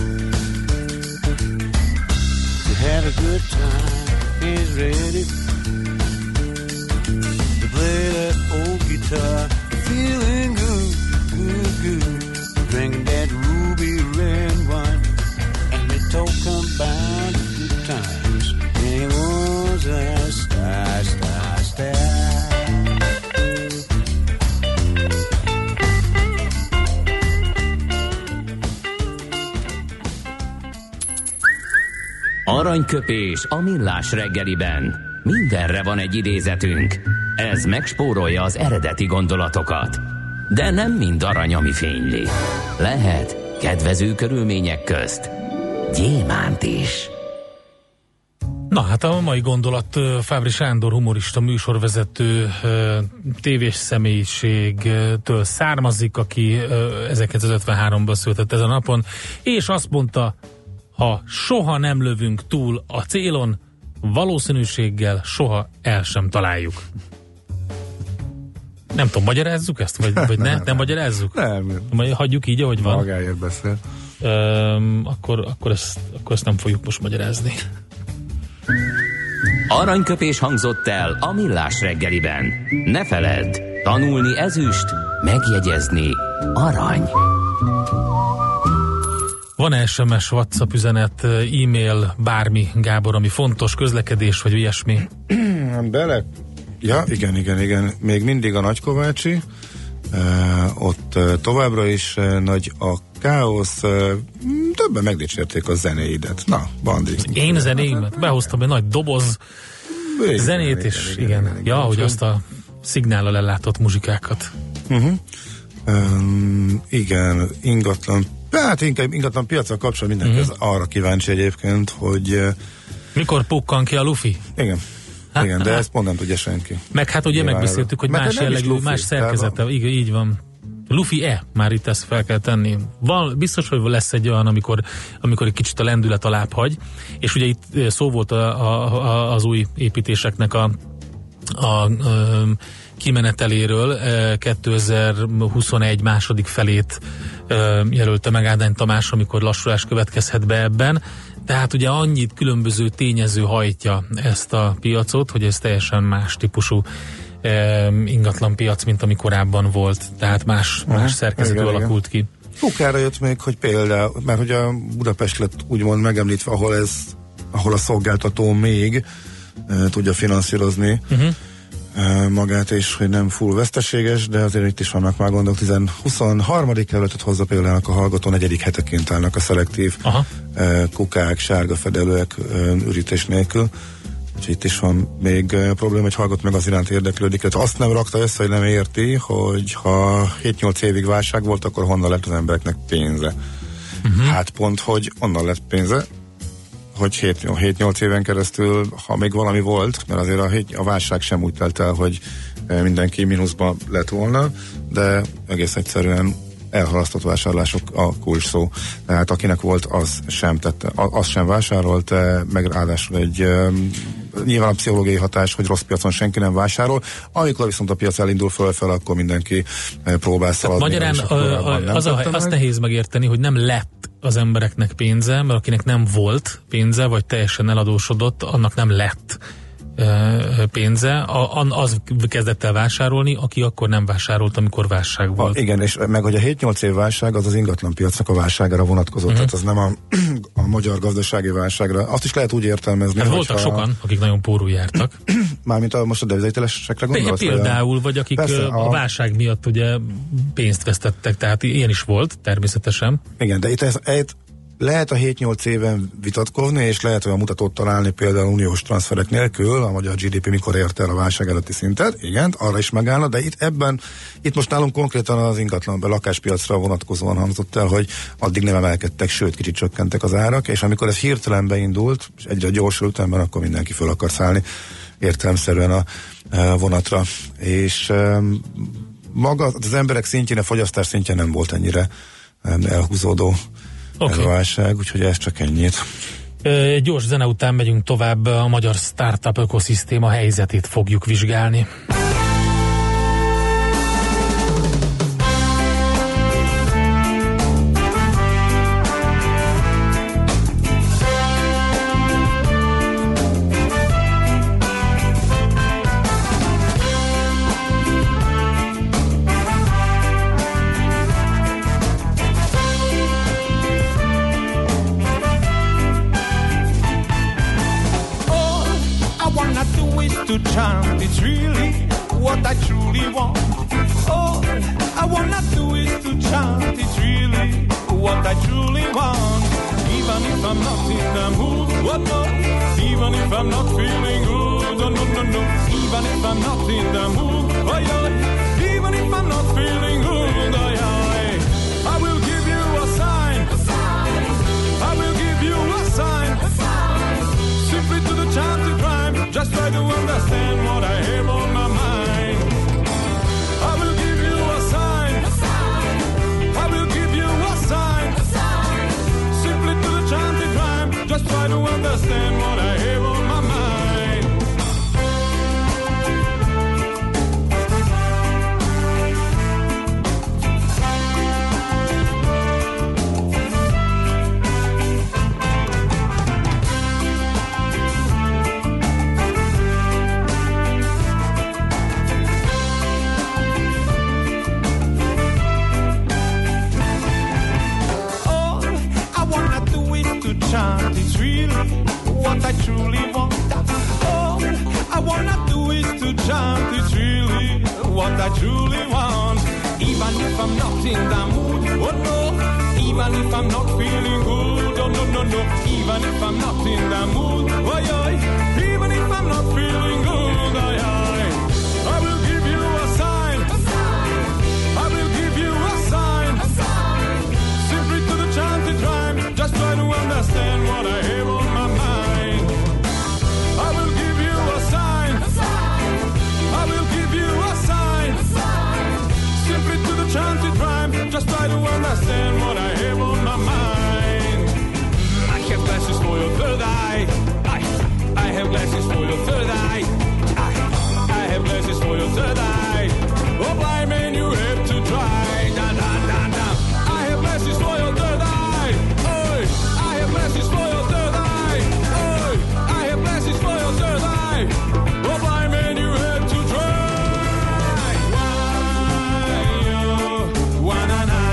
to have a good time. He's ready to play that old guitar, feeling good, good, good. Drink that ruby red wine, and we talk about the good times. And he was a star, star, star. Aranyköpés a Millás reggeliben. Mindenre van egy idézetünk. Ez megspórolja az eredeti gondolatokat. De nem mind arany, ami fényli. Lehet kedvező körülmények közt gyémánt is. Na hát a mai gondolat Fábri Sándor humorista műsorvezető, tévés személyiségtől származik, aki ezerkilencszázötvenháromban született ezen a napon, és azt mondta, ha soha nem lövünk túl a célon, valószínűséggel soha el sem találjuk. Nem tudom, magyarázzuk ezt? Vagy, vagy ne? Nem, nem magyarázzuk? Nem. Hagyjuk így, ahogy van? Magáért beszél. Üm, akkor, akkor, ezt, akkor ezt nem fogjuk most magyarázni. Aranyköpés hangzott el a Millás reggeliben. Ne feledd, tanulni ezüst, megjegyezni arany. Van es em es, WhatsApp üzenet, e-mail, bármi, Gábor, ami fontos, közlekedés, vagy ilyesmi? Bele... Ja, igen, igen, igen. Még mindig a Nagykovácsi. Uh, ott uh, továbbra is uh, nagy a káosz. Uh, több többen megdicsérték a zenéidet. Na, Bandi. Én zenéimet behoztam egy nagy doboz igen, zenét, igen, és igen, igen, igen, igen ja, igen, hogy igen. azt a szignállal ellátott muzsikákat. Uh-huh. Um, igen, ingatlan, hát inkább ingatlan piaccal kapcsolatban mindenki uh-huh. arra kíváncsi egyébként, hogy mikor pukkan ki a lufi? Igen. Hát, Igen, de hát. ezt pont nem tudja senki. Meg hát ugye Nyilván megbeszéltük, hogy más jellegű, más szerkezete. Igen, így van. Lufi-e? Már itt ezt fel kell tenni. Van, biztos, hogy lesz egy olyan, amikor, amikor egy kicsit a lendület alább hagy, és ugye itt szó volt a, a, a, az új építéseknek a, a, a kimeneteléről. kétezer-huszonegy második felét jelölte meg Ádány Tamás, amikor lassulás következhet be ebben. Tehát ugye annyit különböző tényező hajtja ezt a piacot, hogy ez teljesen más típusú e, ingatlan piac, mint ami korábban volt. Tehát más, Aha, más szerkezetű igen, alakult igen. ki. Fúkára jött még, hogy például, mert hogy a Budapest lett úgymond megemlítve, ahol ez, ahol a szolgáltató még e, tudja finanszírozni uh-huh. e, magát, és hogy nem full veszteséges, de azért itt is vannak már gondok. huszonharmadik kerületet hozza például a hallgató, negyedik heteként állnak a szelektív Aha. kukák, sárga fedelőek ürítés nélkül. Úgyhogy itt is van még probléma, hogy hallgat meg az iránt érdeklődik. Tehát azt nem rakta össze, hogy nem érti, hogy ha hét-nyolc évig válság volt, akkor honnan lett az embereknek pénze. Uh-huh. Hát pont, hogy onnan lett pénze, hogy hét-nyolc éven keresztül, ha még valami volt, mert azért a, a válság sem úgy telt el, hogy mindenki mínuszban lett volna, de egész egyszerűen elhalasztott vásárlások a kulcs szó. Tehát akinek volt, az sem tette, az sem vásárolt, meg ráadásul egy nyilván a pszichológiai hatás, hogy rossz piacon senki nem vásárol. Amikor viszont a piac elindul fölfel, akkor mindenki próbál szaladni. Magyarán a, a, az a, azt nehéz megérteni, hogy nem lett az embereknek pénze, mert akinek nem volt pénze, vagy teljesen eladósodott, annak nem lett pénze, az kezdett el vásárolni, aki akkor nem vásárolt, amikor válság volt. A, igen, és meg hogy a hét-nyolc év válság az az ingatlan piacnak a válságára vonatkozott, uh-huh. tehát az nem a, a magyar gazdasági válságra. Azt is lehet úgy értelmezni, hát voltak sokan, akik nagyon pórul jártak. Mármint a, most a devizahitelesekre gondolsz? Például, vagy akik persze, a, a válság miatt ugye pénzt vesztettek, tehát ilyen is volt, természetesen. Igen, de itt ez, ez lehet a hét-nyolc éven vitatkozni, és lehet olyan mutatót találni például uniós transferek nélkül, a magyar gé dé pé mikor érte el a válság előtti szintet, igen, arra is megállna, de itt ebben, itt most nálunk konkrétan az ingatlan, a lakáspiacra vonatkozóan hangzott el, hogy addig nem emelkedtek, sőt kicsit csökkentek az árak, és amikor ez hirtelen beindult, és egyre gyorsul ütemben, akkor mindenki föl akar szállni értelemszerűen a, a vonatra, és maga az emberek szintjén, a fogyasztás szintjén nem volt ennyire elhúzódó Okay. ez a válság, úgyhogy ez csak ennyit. Egy gyors zene után megyünk tovább, a magyar startup ökoszisztéma helyzetét fogjuk vizsgálni. even if I'm not in the mood. Oh no, even if I'm not feeling good. Oh no, no, no, even if I'm not in the mood. Oh yeah, even if I'm not feeling good. Oh yeah, I will give you a sign. A sign. I will give you a sign. A sign. Simply to the chanted rhyme. Just try to understand what I have on my mind. I will give you a sign. A sign. I will give you a sign. A sign. Simply to the chanted rhyme. Just try to understand what I have on my mind. I have glasses for your third eye. I, I have glasses for your third eye. I, I have glasses for your third eye. Oh, blind man, you have to try. Da, da, da, da. I have glasses for your third eye. Oh, I have glasses for your third eye. Oh, I have glasses for your third eye. Oh, blind man, you have to try. Why, oh, why, na, na.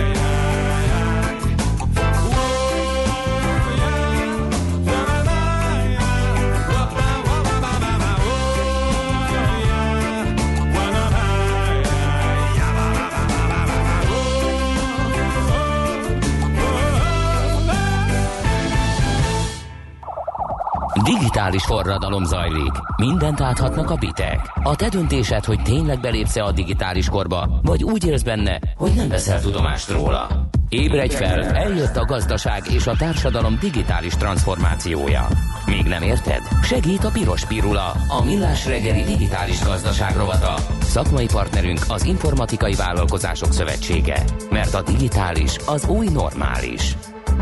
Digitális forradalom zajlik. Mindent áthatnak a bitek. A te döntésed, hogy tényleg belépsz-e a digitális korba, vagy úgy élsz benne, hogy nem veszel tudomást róla. Ébredj fel, eljött a gazdaság és a társadalom digitális transformációja. Még nem érted? Segít a Piros Pirula, a Millás reggeli digitális gazdaság rovata. Szakmai partnerünk az Informatikai Vállalkozások Szövetsége. Mert a digitális az új normális.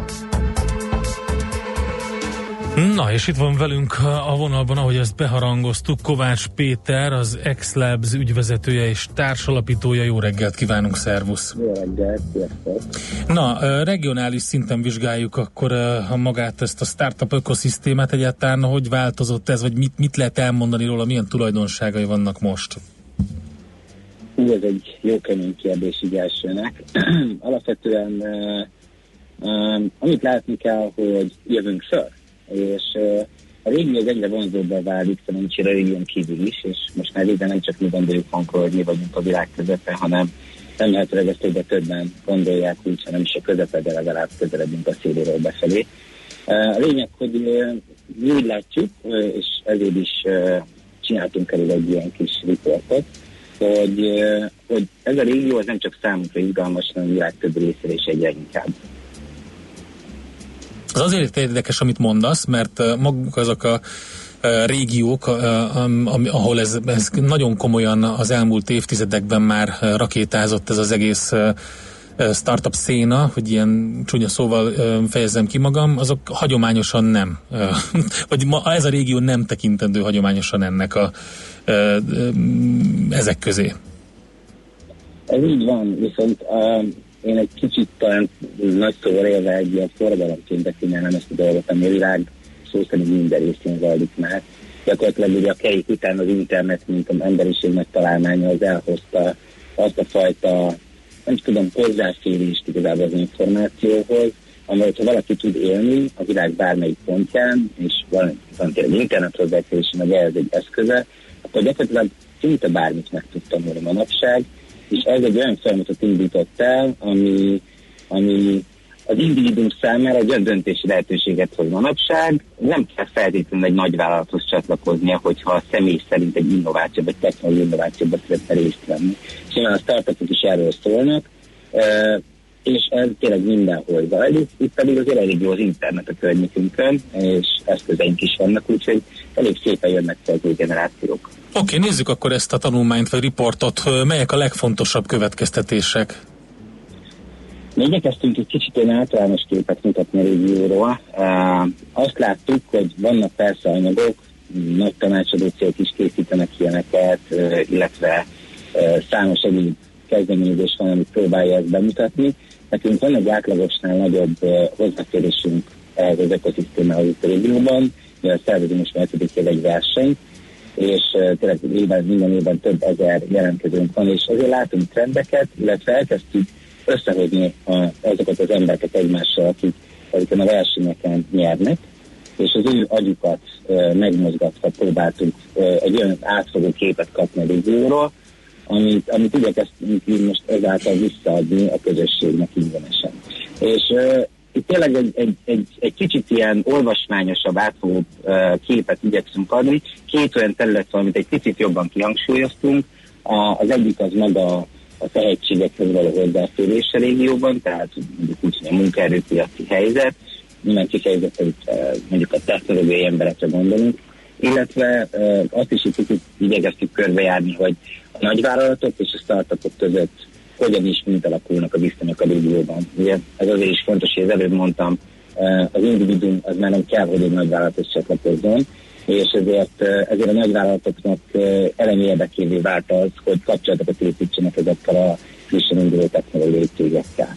Na, és itt van velünk a vonalban, ahogy ezt beharangoztuk, Kovács Péter, az X-Labs ügyvezetője és társalapítója. Jó reggelt kívánunk, szervusz! Jó reggelt, sziasztok! Na, regionális szinten vizsgáljuk akkor a magát, ezt a startup ökoszisztémát. Egyáltalán hogy változott ez, vagy mit, mit lehet elmondani róla, milyen tulajdonságai vannak most? Hú, ez egy jó kemény kérdés így elsőnek. Alapvetően uh, um, amit látni kell, hogy jövünk föl, és uh, a régió az egyre vonzóbbá válik, szerencsére a régión kívül is, és most már végre nem csak mi gondoljuk magunkról, hogy mi vagyunk a világ közepe, hanem remélhetőleg ezt egyre többen gondolják úgy, hanem is a közepe, de legalább közeledünk a széléről befelé. Uh, a lényeg, hogy uh, mi úgy látjuk, uh, és ezért is uh, csináltunk elő egy ilyen kis riportot, hogy, uh, hogy ez a régió az nem csak számunkra izgalmas, hanem a világ több részére is egyre inkább. Az azért érdekes, amit mondasz, mert maguk azok a régiók, ahol ez, ez nagyon komolyan az elmúlt évtizedekben már rakétázott ez az egész startup széna, hogy ilyen csúnya szóval fejezzem ki magam, azok hagyományosan nem. Vagy ma ez a régió nem tekintendő hagyományosan ennek a ezek közé. Ez így van, viszont uh, én egy kicsit talán nagy szóval élve egy ilyen forradalomként definiálnám ezt a dolgot, ami a világ szó szerint minden részén zajlik már. Gyakorlatilag ugye a kerék után az internet, mint az emberiségnek találmánya, az elhozta azt a fajta, nem tudom, hozzáférést igazából az információhoz, amelyet ha valaki tud élni a világ bármelyik pontján, és van, van tényleg internet hozzáférés, meg ehhez egy eszköze, akkor gyakorlatilag szinte bármit meg tud tanulni manapság, és ez egy olyan folyamatot indított el, ami, ami az individuum számára egy olyan döntési lehetőséget hoz manapság. Nem kell feltétlenül egy nagy vállalathoz csatlakoznia, hogyha a személy szerint egy innováció, vagy technológiai innovációban szeretne részt venni. És nyilván a startupok is erről szólnak, és ez tényleg mindenhol zajlik. Itt pedig azért elég jó az internet a környékünkön, és eszközeink is vannak, úgyhogy elég szépen jönnek fel az új generációk. Oké, okay, nézzük akkor ezt a tanulmányt, vagy riportot. Melyek a legfontosabb következtetések? Mi igyekeztünk egy kicsit olyan általános képet mutatni a régióról. Uh, azt láttuk, hogy vannak persze anyagok, nagy tanácsadó cégek is készítenek ilyeneket, uh, illetve uh, számos egyéb kezdeményezés van, amit próbálja ezt bemutatni. Nekünk van egy átlagosnál nagyobb uh, hozzáférésünk ehhez az ökoszisztémához itt a régióban, mivel szervezünk most már ötödik év egy versenyt, és uh, tényleg évben, minden évben több ezer jelentkezőnk van, és azért látunk trendeket, illetve elkezdtük összehozni a, azokat az embereket egymással, akik ezeken a versenyeken nyernek, és az ő agyukat e, megmozgatva próbáltunk e, egy olyan átfogó képet kapni a régióról, amit, amit igyekeztünk így most ezáltal visszaadni a közösségnek ingyenesen. És uh, itt tényleg egy, egy, egy, egy kicsit ilyen olvasmányosabb, átfogó uh, képet igyekszünk adni. Két olyan terület van, amit egy picit jobban kihangsúlyoztunk. A, az egyik az maga a tehetségekhez való hozzáférés a régióban, tehát mondjuk úgy, hogy a munkaerőpiaci helyzet, nyilván kifejezetten mondjuk a technológiai emberekre gondolunk, illetve uh, azt is egy kicsit igyekeztük körbejárni, hogy a nagyvállalatok és a startupok között hogyan is mint alakulnak a viszonyok a régióban. Ugye ez azért is fontos, hogy az előbb mondtam, uh, az individuum az már nem kell, hogy egy nagyvállalathoz csatlakozzon, és ezért, ezért a nagyvállalatoknak elemi érdekévé vált az, hogy kapcsolatokat építsenek ezekkel a frissen induló technológiai cégekkel.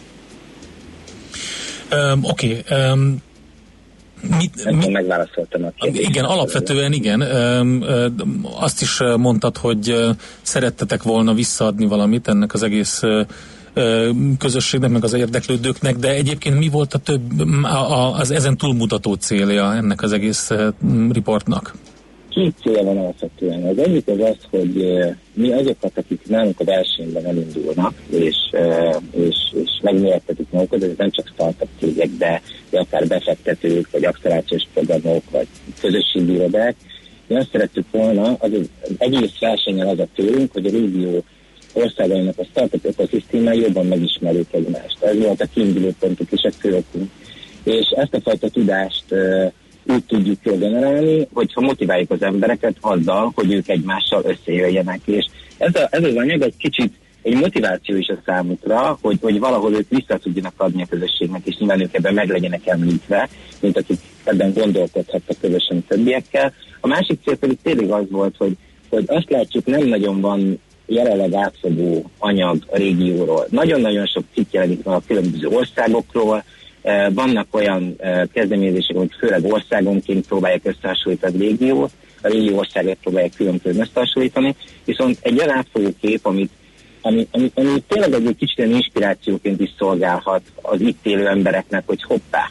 Um, Oké. Okay. Um, mit, Nem mit, megválaszoltam a kérdést. Igen, alapvetően igen. Um, um, azt is mondtad, hogy uh, szerettetek volna visszaadni valamit ennek az egész uh, közösségnek, meg az érdeklődőknek, de egyébként mi volt a több, az ezen túlmutató célja ennek az egész riportnak? Két célja van alapvetően. Az egyik az az, hogy mi azokat, akik nálunk a versenyben elindulnak, és, és, és megmérettetik magukat, ez nem csak startup cégek, de, de akár befektetők, vagy accelerációs programok, vagy közösségi irodák. Mi azt szerettük volna, az, az egész versenyen az a tőlünk, hogy a régió országainak a startup ökoszisztémái jobban megismerjük egymást. Ez volt a kiinduló pontuk és a főokunk. És ezt a fajta tudást uh, úgy tudjuk jól generálni, hogyha motiváljuk az embereket azzal, hogy ők egymással összejöjjenek. És ez, a, ez az anyag egy kicsit egy motiváció is a számukra, hogy, hogy valahol ők vissza tudjanak adni a közösségnek, és nyilván ők ebben meg legyenek említve, mint akik ebben gondolkodhattak közösen többiekkel. A másik cél pedig tényleg az volt, hogy, hogy azt látjuk, nem nagyon van jelenleg átfogó anyag a régióról. Nagyon-nagyon sok cikk jelenik a különböző országokról, vannak olyan kezdeményezések, hogy főleg országonként próbálják összehasonlítani a régiót, a régió országot próbálják külön-külön összehasonlítani, viszont egy olyan átfogó kép, amit, ami, ami, ami tényleg egy kicsit inspirációként is szolgálhat az itt élő embereknek, hogy hoppá,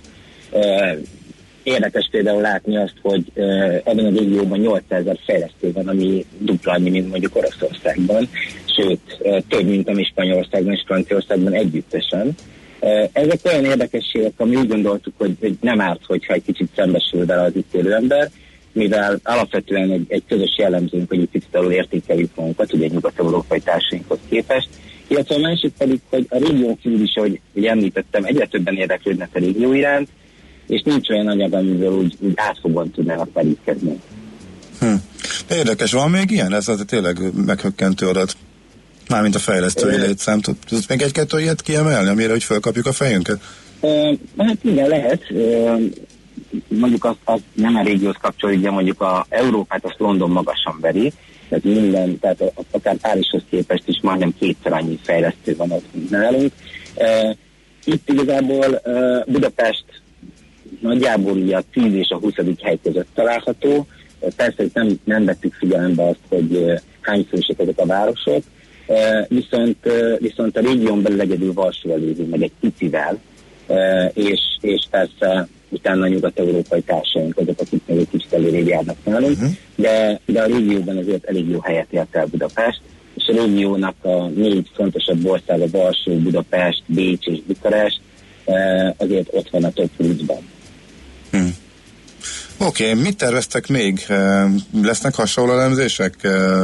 érdekes például látni azt, hogy uh, ebben a régióban nyolcezer fejlesztő van, ami dupla annyi, mint mondjuk Oroszországban, sőt, uh, több, mint ami Spanyolországban és Franciaországban együttesen. Uh, ezek olyan érdekességek, ami úgy gondoltuk, hogy, hogy nem árt, hogyha egy kicsit szembesül vele az itt élő ember, mivel alapvetően egy, egy közös jellemzőnk, hogy egy picit alul értékeljük magunkat, ugye nyugat-európai társainkhoz képest, illetve a másik pedig, hogy a régión kívül is, ahogy ugye említettem, egyre többen érdeklődnek a régió iránt, és nincs olyan anyag, amivel úgy, úgy átfogóan tudnának merítkezni. Hm. De érdekes, van még ilyen? Ez az tényleg meghökkentő adat. Mármint a fejlesztői létszám. Tudsz még egy-kettő ilyet kiemelni, amire úgy felkapjuk a fejünket? Uh, hát igen, lehet. Uh, mondjuk azt, azt nem a régióhoz kapcsolódik, de mondjuk a Európát azt London magasan veri. Tehát minden, tehát akár Párizshoz képest is majdnem kétszer annyi fejlesztő van ott, mint nálunk. Uh, itt igazából uh, Budapest nagyjából ugye a tíz és a huszadik hely között található. Persze nem, nem vettük figyelembe azt, hogy hány fősek ezek a városok, viszont, viszont a régión belül egyedül Varsóval lévünk meg egy picivel, és, és persze utána a nyugat-európai társaink azok, akik még egy kicsit előrébb járnak nálunk, uh-huh. de, de a régióban azért elég jó helyet ért el Budapest, és a régiónak a négy fontosabb országa, Varsó, Budapest, Bécs és Bukarest, azért ott van a top húszban. Hmm. Oké, okay, mit terveztek még? Lesznek hasonló elemzések?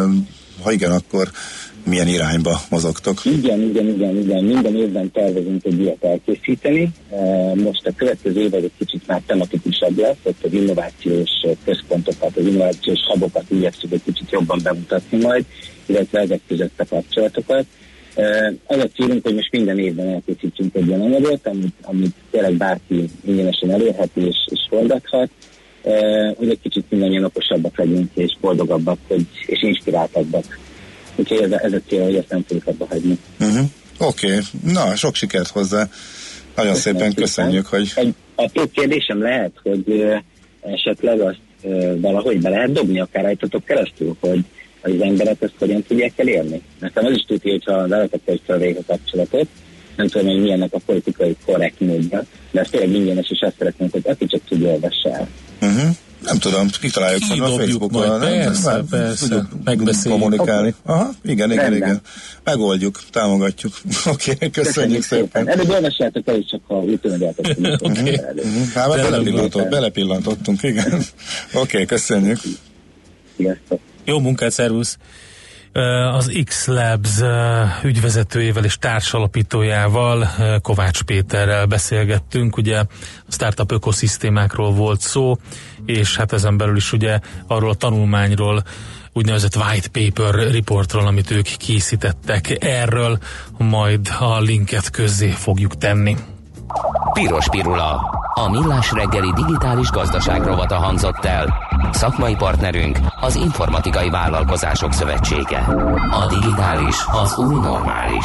Ha igen, akkor milyen irányba mozogtok? Igen, igen, igen, igen. Minden évben tervezünk egy ilyet elkészíteni. Most a következő év egy kicsit már tematikusabb lesz, ott az innovációs központokat, az innovációs hubokat igyekszünk egy kicsit jobban bemutatni majd, illetve ezek között a kapcsolatokat. Az a célunk, hogy most minden évben elkészítsünk egy ilyen anyagot, amit, amit tényleg bárki ingyenesen elérheti és, és forgathat, hogy egy kicsit mindannyian okosabbak legyünk és boldogabbak, hogy, és inspiráltabbak. Úgyhogy ez a, ez a cél, hogy ezt nem fogjuk abba hagyni. Uh-huh. Oké, okay. Na, sok sikert hozzá. Nagyon Köszönöm szépen köszönjük, hogy... Egy apró kérdésem lehet, hogy uh, esetleg azt uh, valahogy be lehet dobni, akár rajtatok keresztül, hogy az emberek ezt hogyan tudják elérni. Nekem az is tudja, hogyha veletek egy felvég a kapcsolatot, nem tudom, hogy milyennek a politikai korrekt módja, de ez tényleg ingyenes, és azt szeretném, hogy aki csak tudja, olvassa el. Uh-huh. Nem tudom, kitaláljuk fel a Facebookon. Majd, persze, nem? persze, Tudjuk megbeszéljük. kommunikálni. Aha, igen, igen, Rendben. igen. Megoldjuk, támogatjuk. Oké, okay, köszönjük szépen. Előbb olvassátok el, és csak ha úgy tudjátok, hogy mit Oké. okay. Hát már belepillantott, belepillantottunk, igen. Oké, okay, köszönjük. Sziasztok. Jó munkát, szervusz! Az X-Labs ügyvezetőjével és társalapítójával, Kovács Péterrel beszélgettünk, ugye a startup ökoszisztémákról volt szó, és hát ezen belül is ugye arról a tanulmányról, úgynevezett white paper reportról, amit ők készítettek. Erről majd a linket közzé fogjuk tenni. Piros pirula. A millás reggeli digitális gazdaság rovata hangzott el. Szakmai partnerünk az Informatikai Vállalkozások Szövetsége. A digitális az új normális.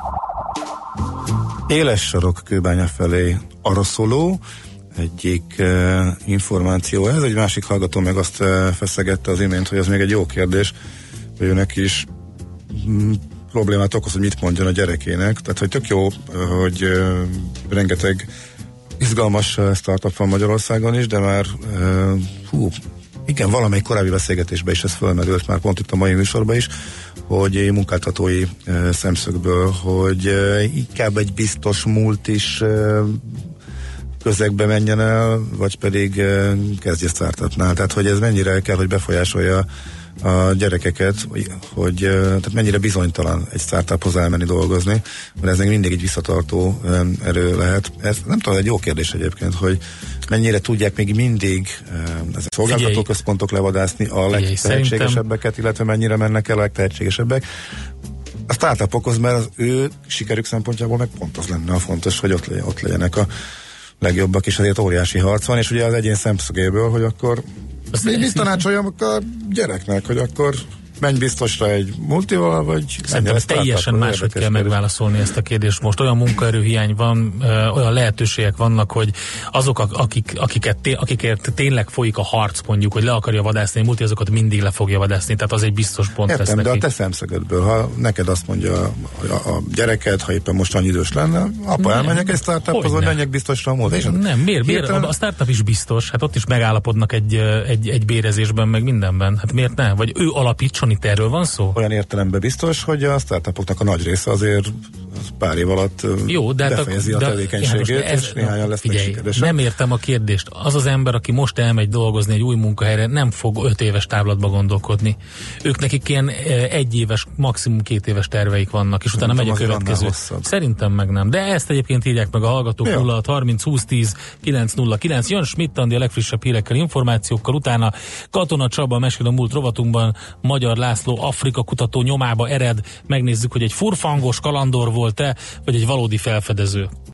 Éles sarok Kőbánya felé arra szóló egyik uh, információ ez, egy másik hallgató meg azt uh, feszegette az imént, hogy ez még egy jó kérdés, hogy őnek is mm, problémát okoz, hogy mit mondjon a gyerekének. Tehát, hogy tök jó, hogy uh, rengeteg izgalmas startup van Magyarországon is, de már uh, hú, igen, valamelyik korábbi beszélgetésben is ez fölmerült, már pont itt a mai műsorban is, hogy munkáltatói uh, szemszögből, hogy uh, inkább egy biztos múlt is uh, közegbe menjen el, vagy pedig uh, kezdje startupnál. Tehát, hogy ez mennyire kell, hogy befolyásolja a gyerekeket, hogy, hogy tehát mennyire bizonytalan egy startuphoz elmenni dolgozni, mert ez még mindig egy visszatartó um, erő lehet. Ez nem tudom, egy jó kérdés egyébként, hogy mennyire tudják még mindig um, ezek szolgáltatóközpontok levadászni a legtehetségesebbeket, illetve mennyire mennek el a legtehetségesebbek. A startupokhoz, mert az ő sikerük szempontjából meg pont az lenne a fontos, hogy ott, legyen, ott legyenek a legjobbak, és azért óriási harc van, és ugye az egyén szemszögéből, hogy akkor én mit tanácsoljam a gyereknek, hogy akkor menj biztosra egy multival, vagy... Szerintem teljesen máshogy kell megválaszolni ezt a kérdést. Most olyan munkaerőhiány van, ö, olyan lehetőségek vannak, hogy azok, akik, akiket, té, akikért tényleg folyik a harc, mondjuk, hogy le akarja vadászni, a multi, azokat mindig le fogja vadászni, tehát az egy biztos pont lesz Értem, neki. de a te szemszögödből, ha neked azt mondja a, a, a gyereked, ha éppen most annyi idős lenne, apa, elmenjek egy startuphoz, hogy menjek biztosra a multi. Nem, miért? miért? A startup is biztos, hát ott is megállapodnak egy, egy, egy bérezésben, meg mindenben. Hát miért ne? Vagy ő alapítson, itt erről van szó? Olyan értelemben biztos, hogy a startupoknak a nagy része azért pár év alatt jó, de befejezi a, de, tevékenységét, de ez, és néhányan lesznek figyelj, sikeresek. Nem értem a kérdést. Az az ember, aki most elmegy dolgozni egy új munkahelyre, nem fog öt éves távlatba gondolkodni. Ők nekik ilyen egy éves, maximum két éves terveik vannak, és utána megy a következő. Szerintem meg nem. De ezt egyébként írják meg a hallgatók. Nulla hat harminc húsz tíz kilenc nulla kilenc. Jan Schmidt Andi a legfrissebb hírekkel, információkkal, utána Katona Csaba mesél a múlt rovatunkban, Magyar László Afrika kutató nyomába ered. Megnézzük, hogy egy furfangos kalandor volt-e, vagy egy valódi felfedező.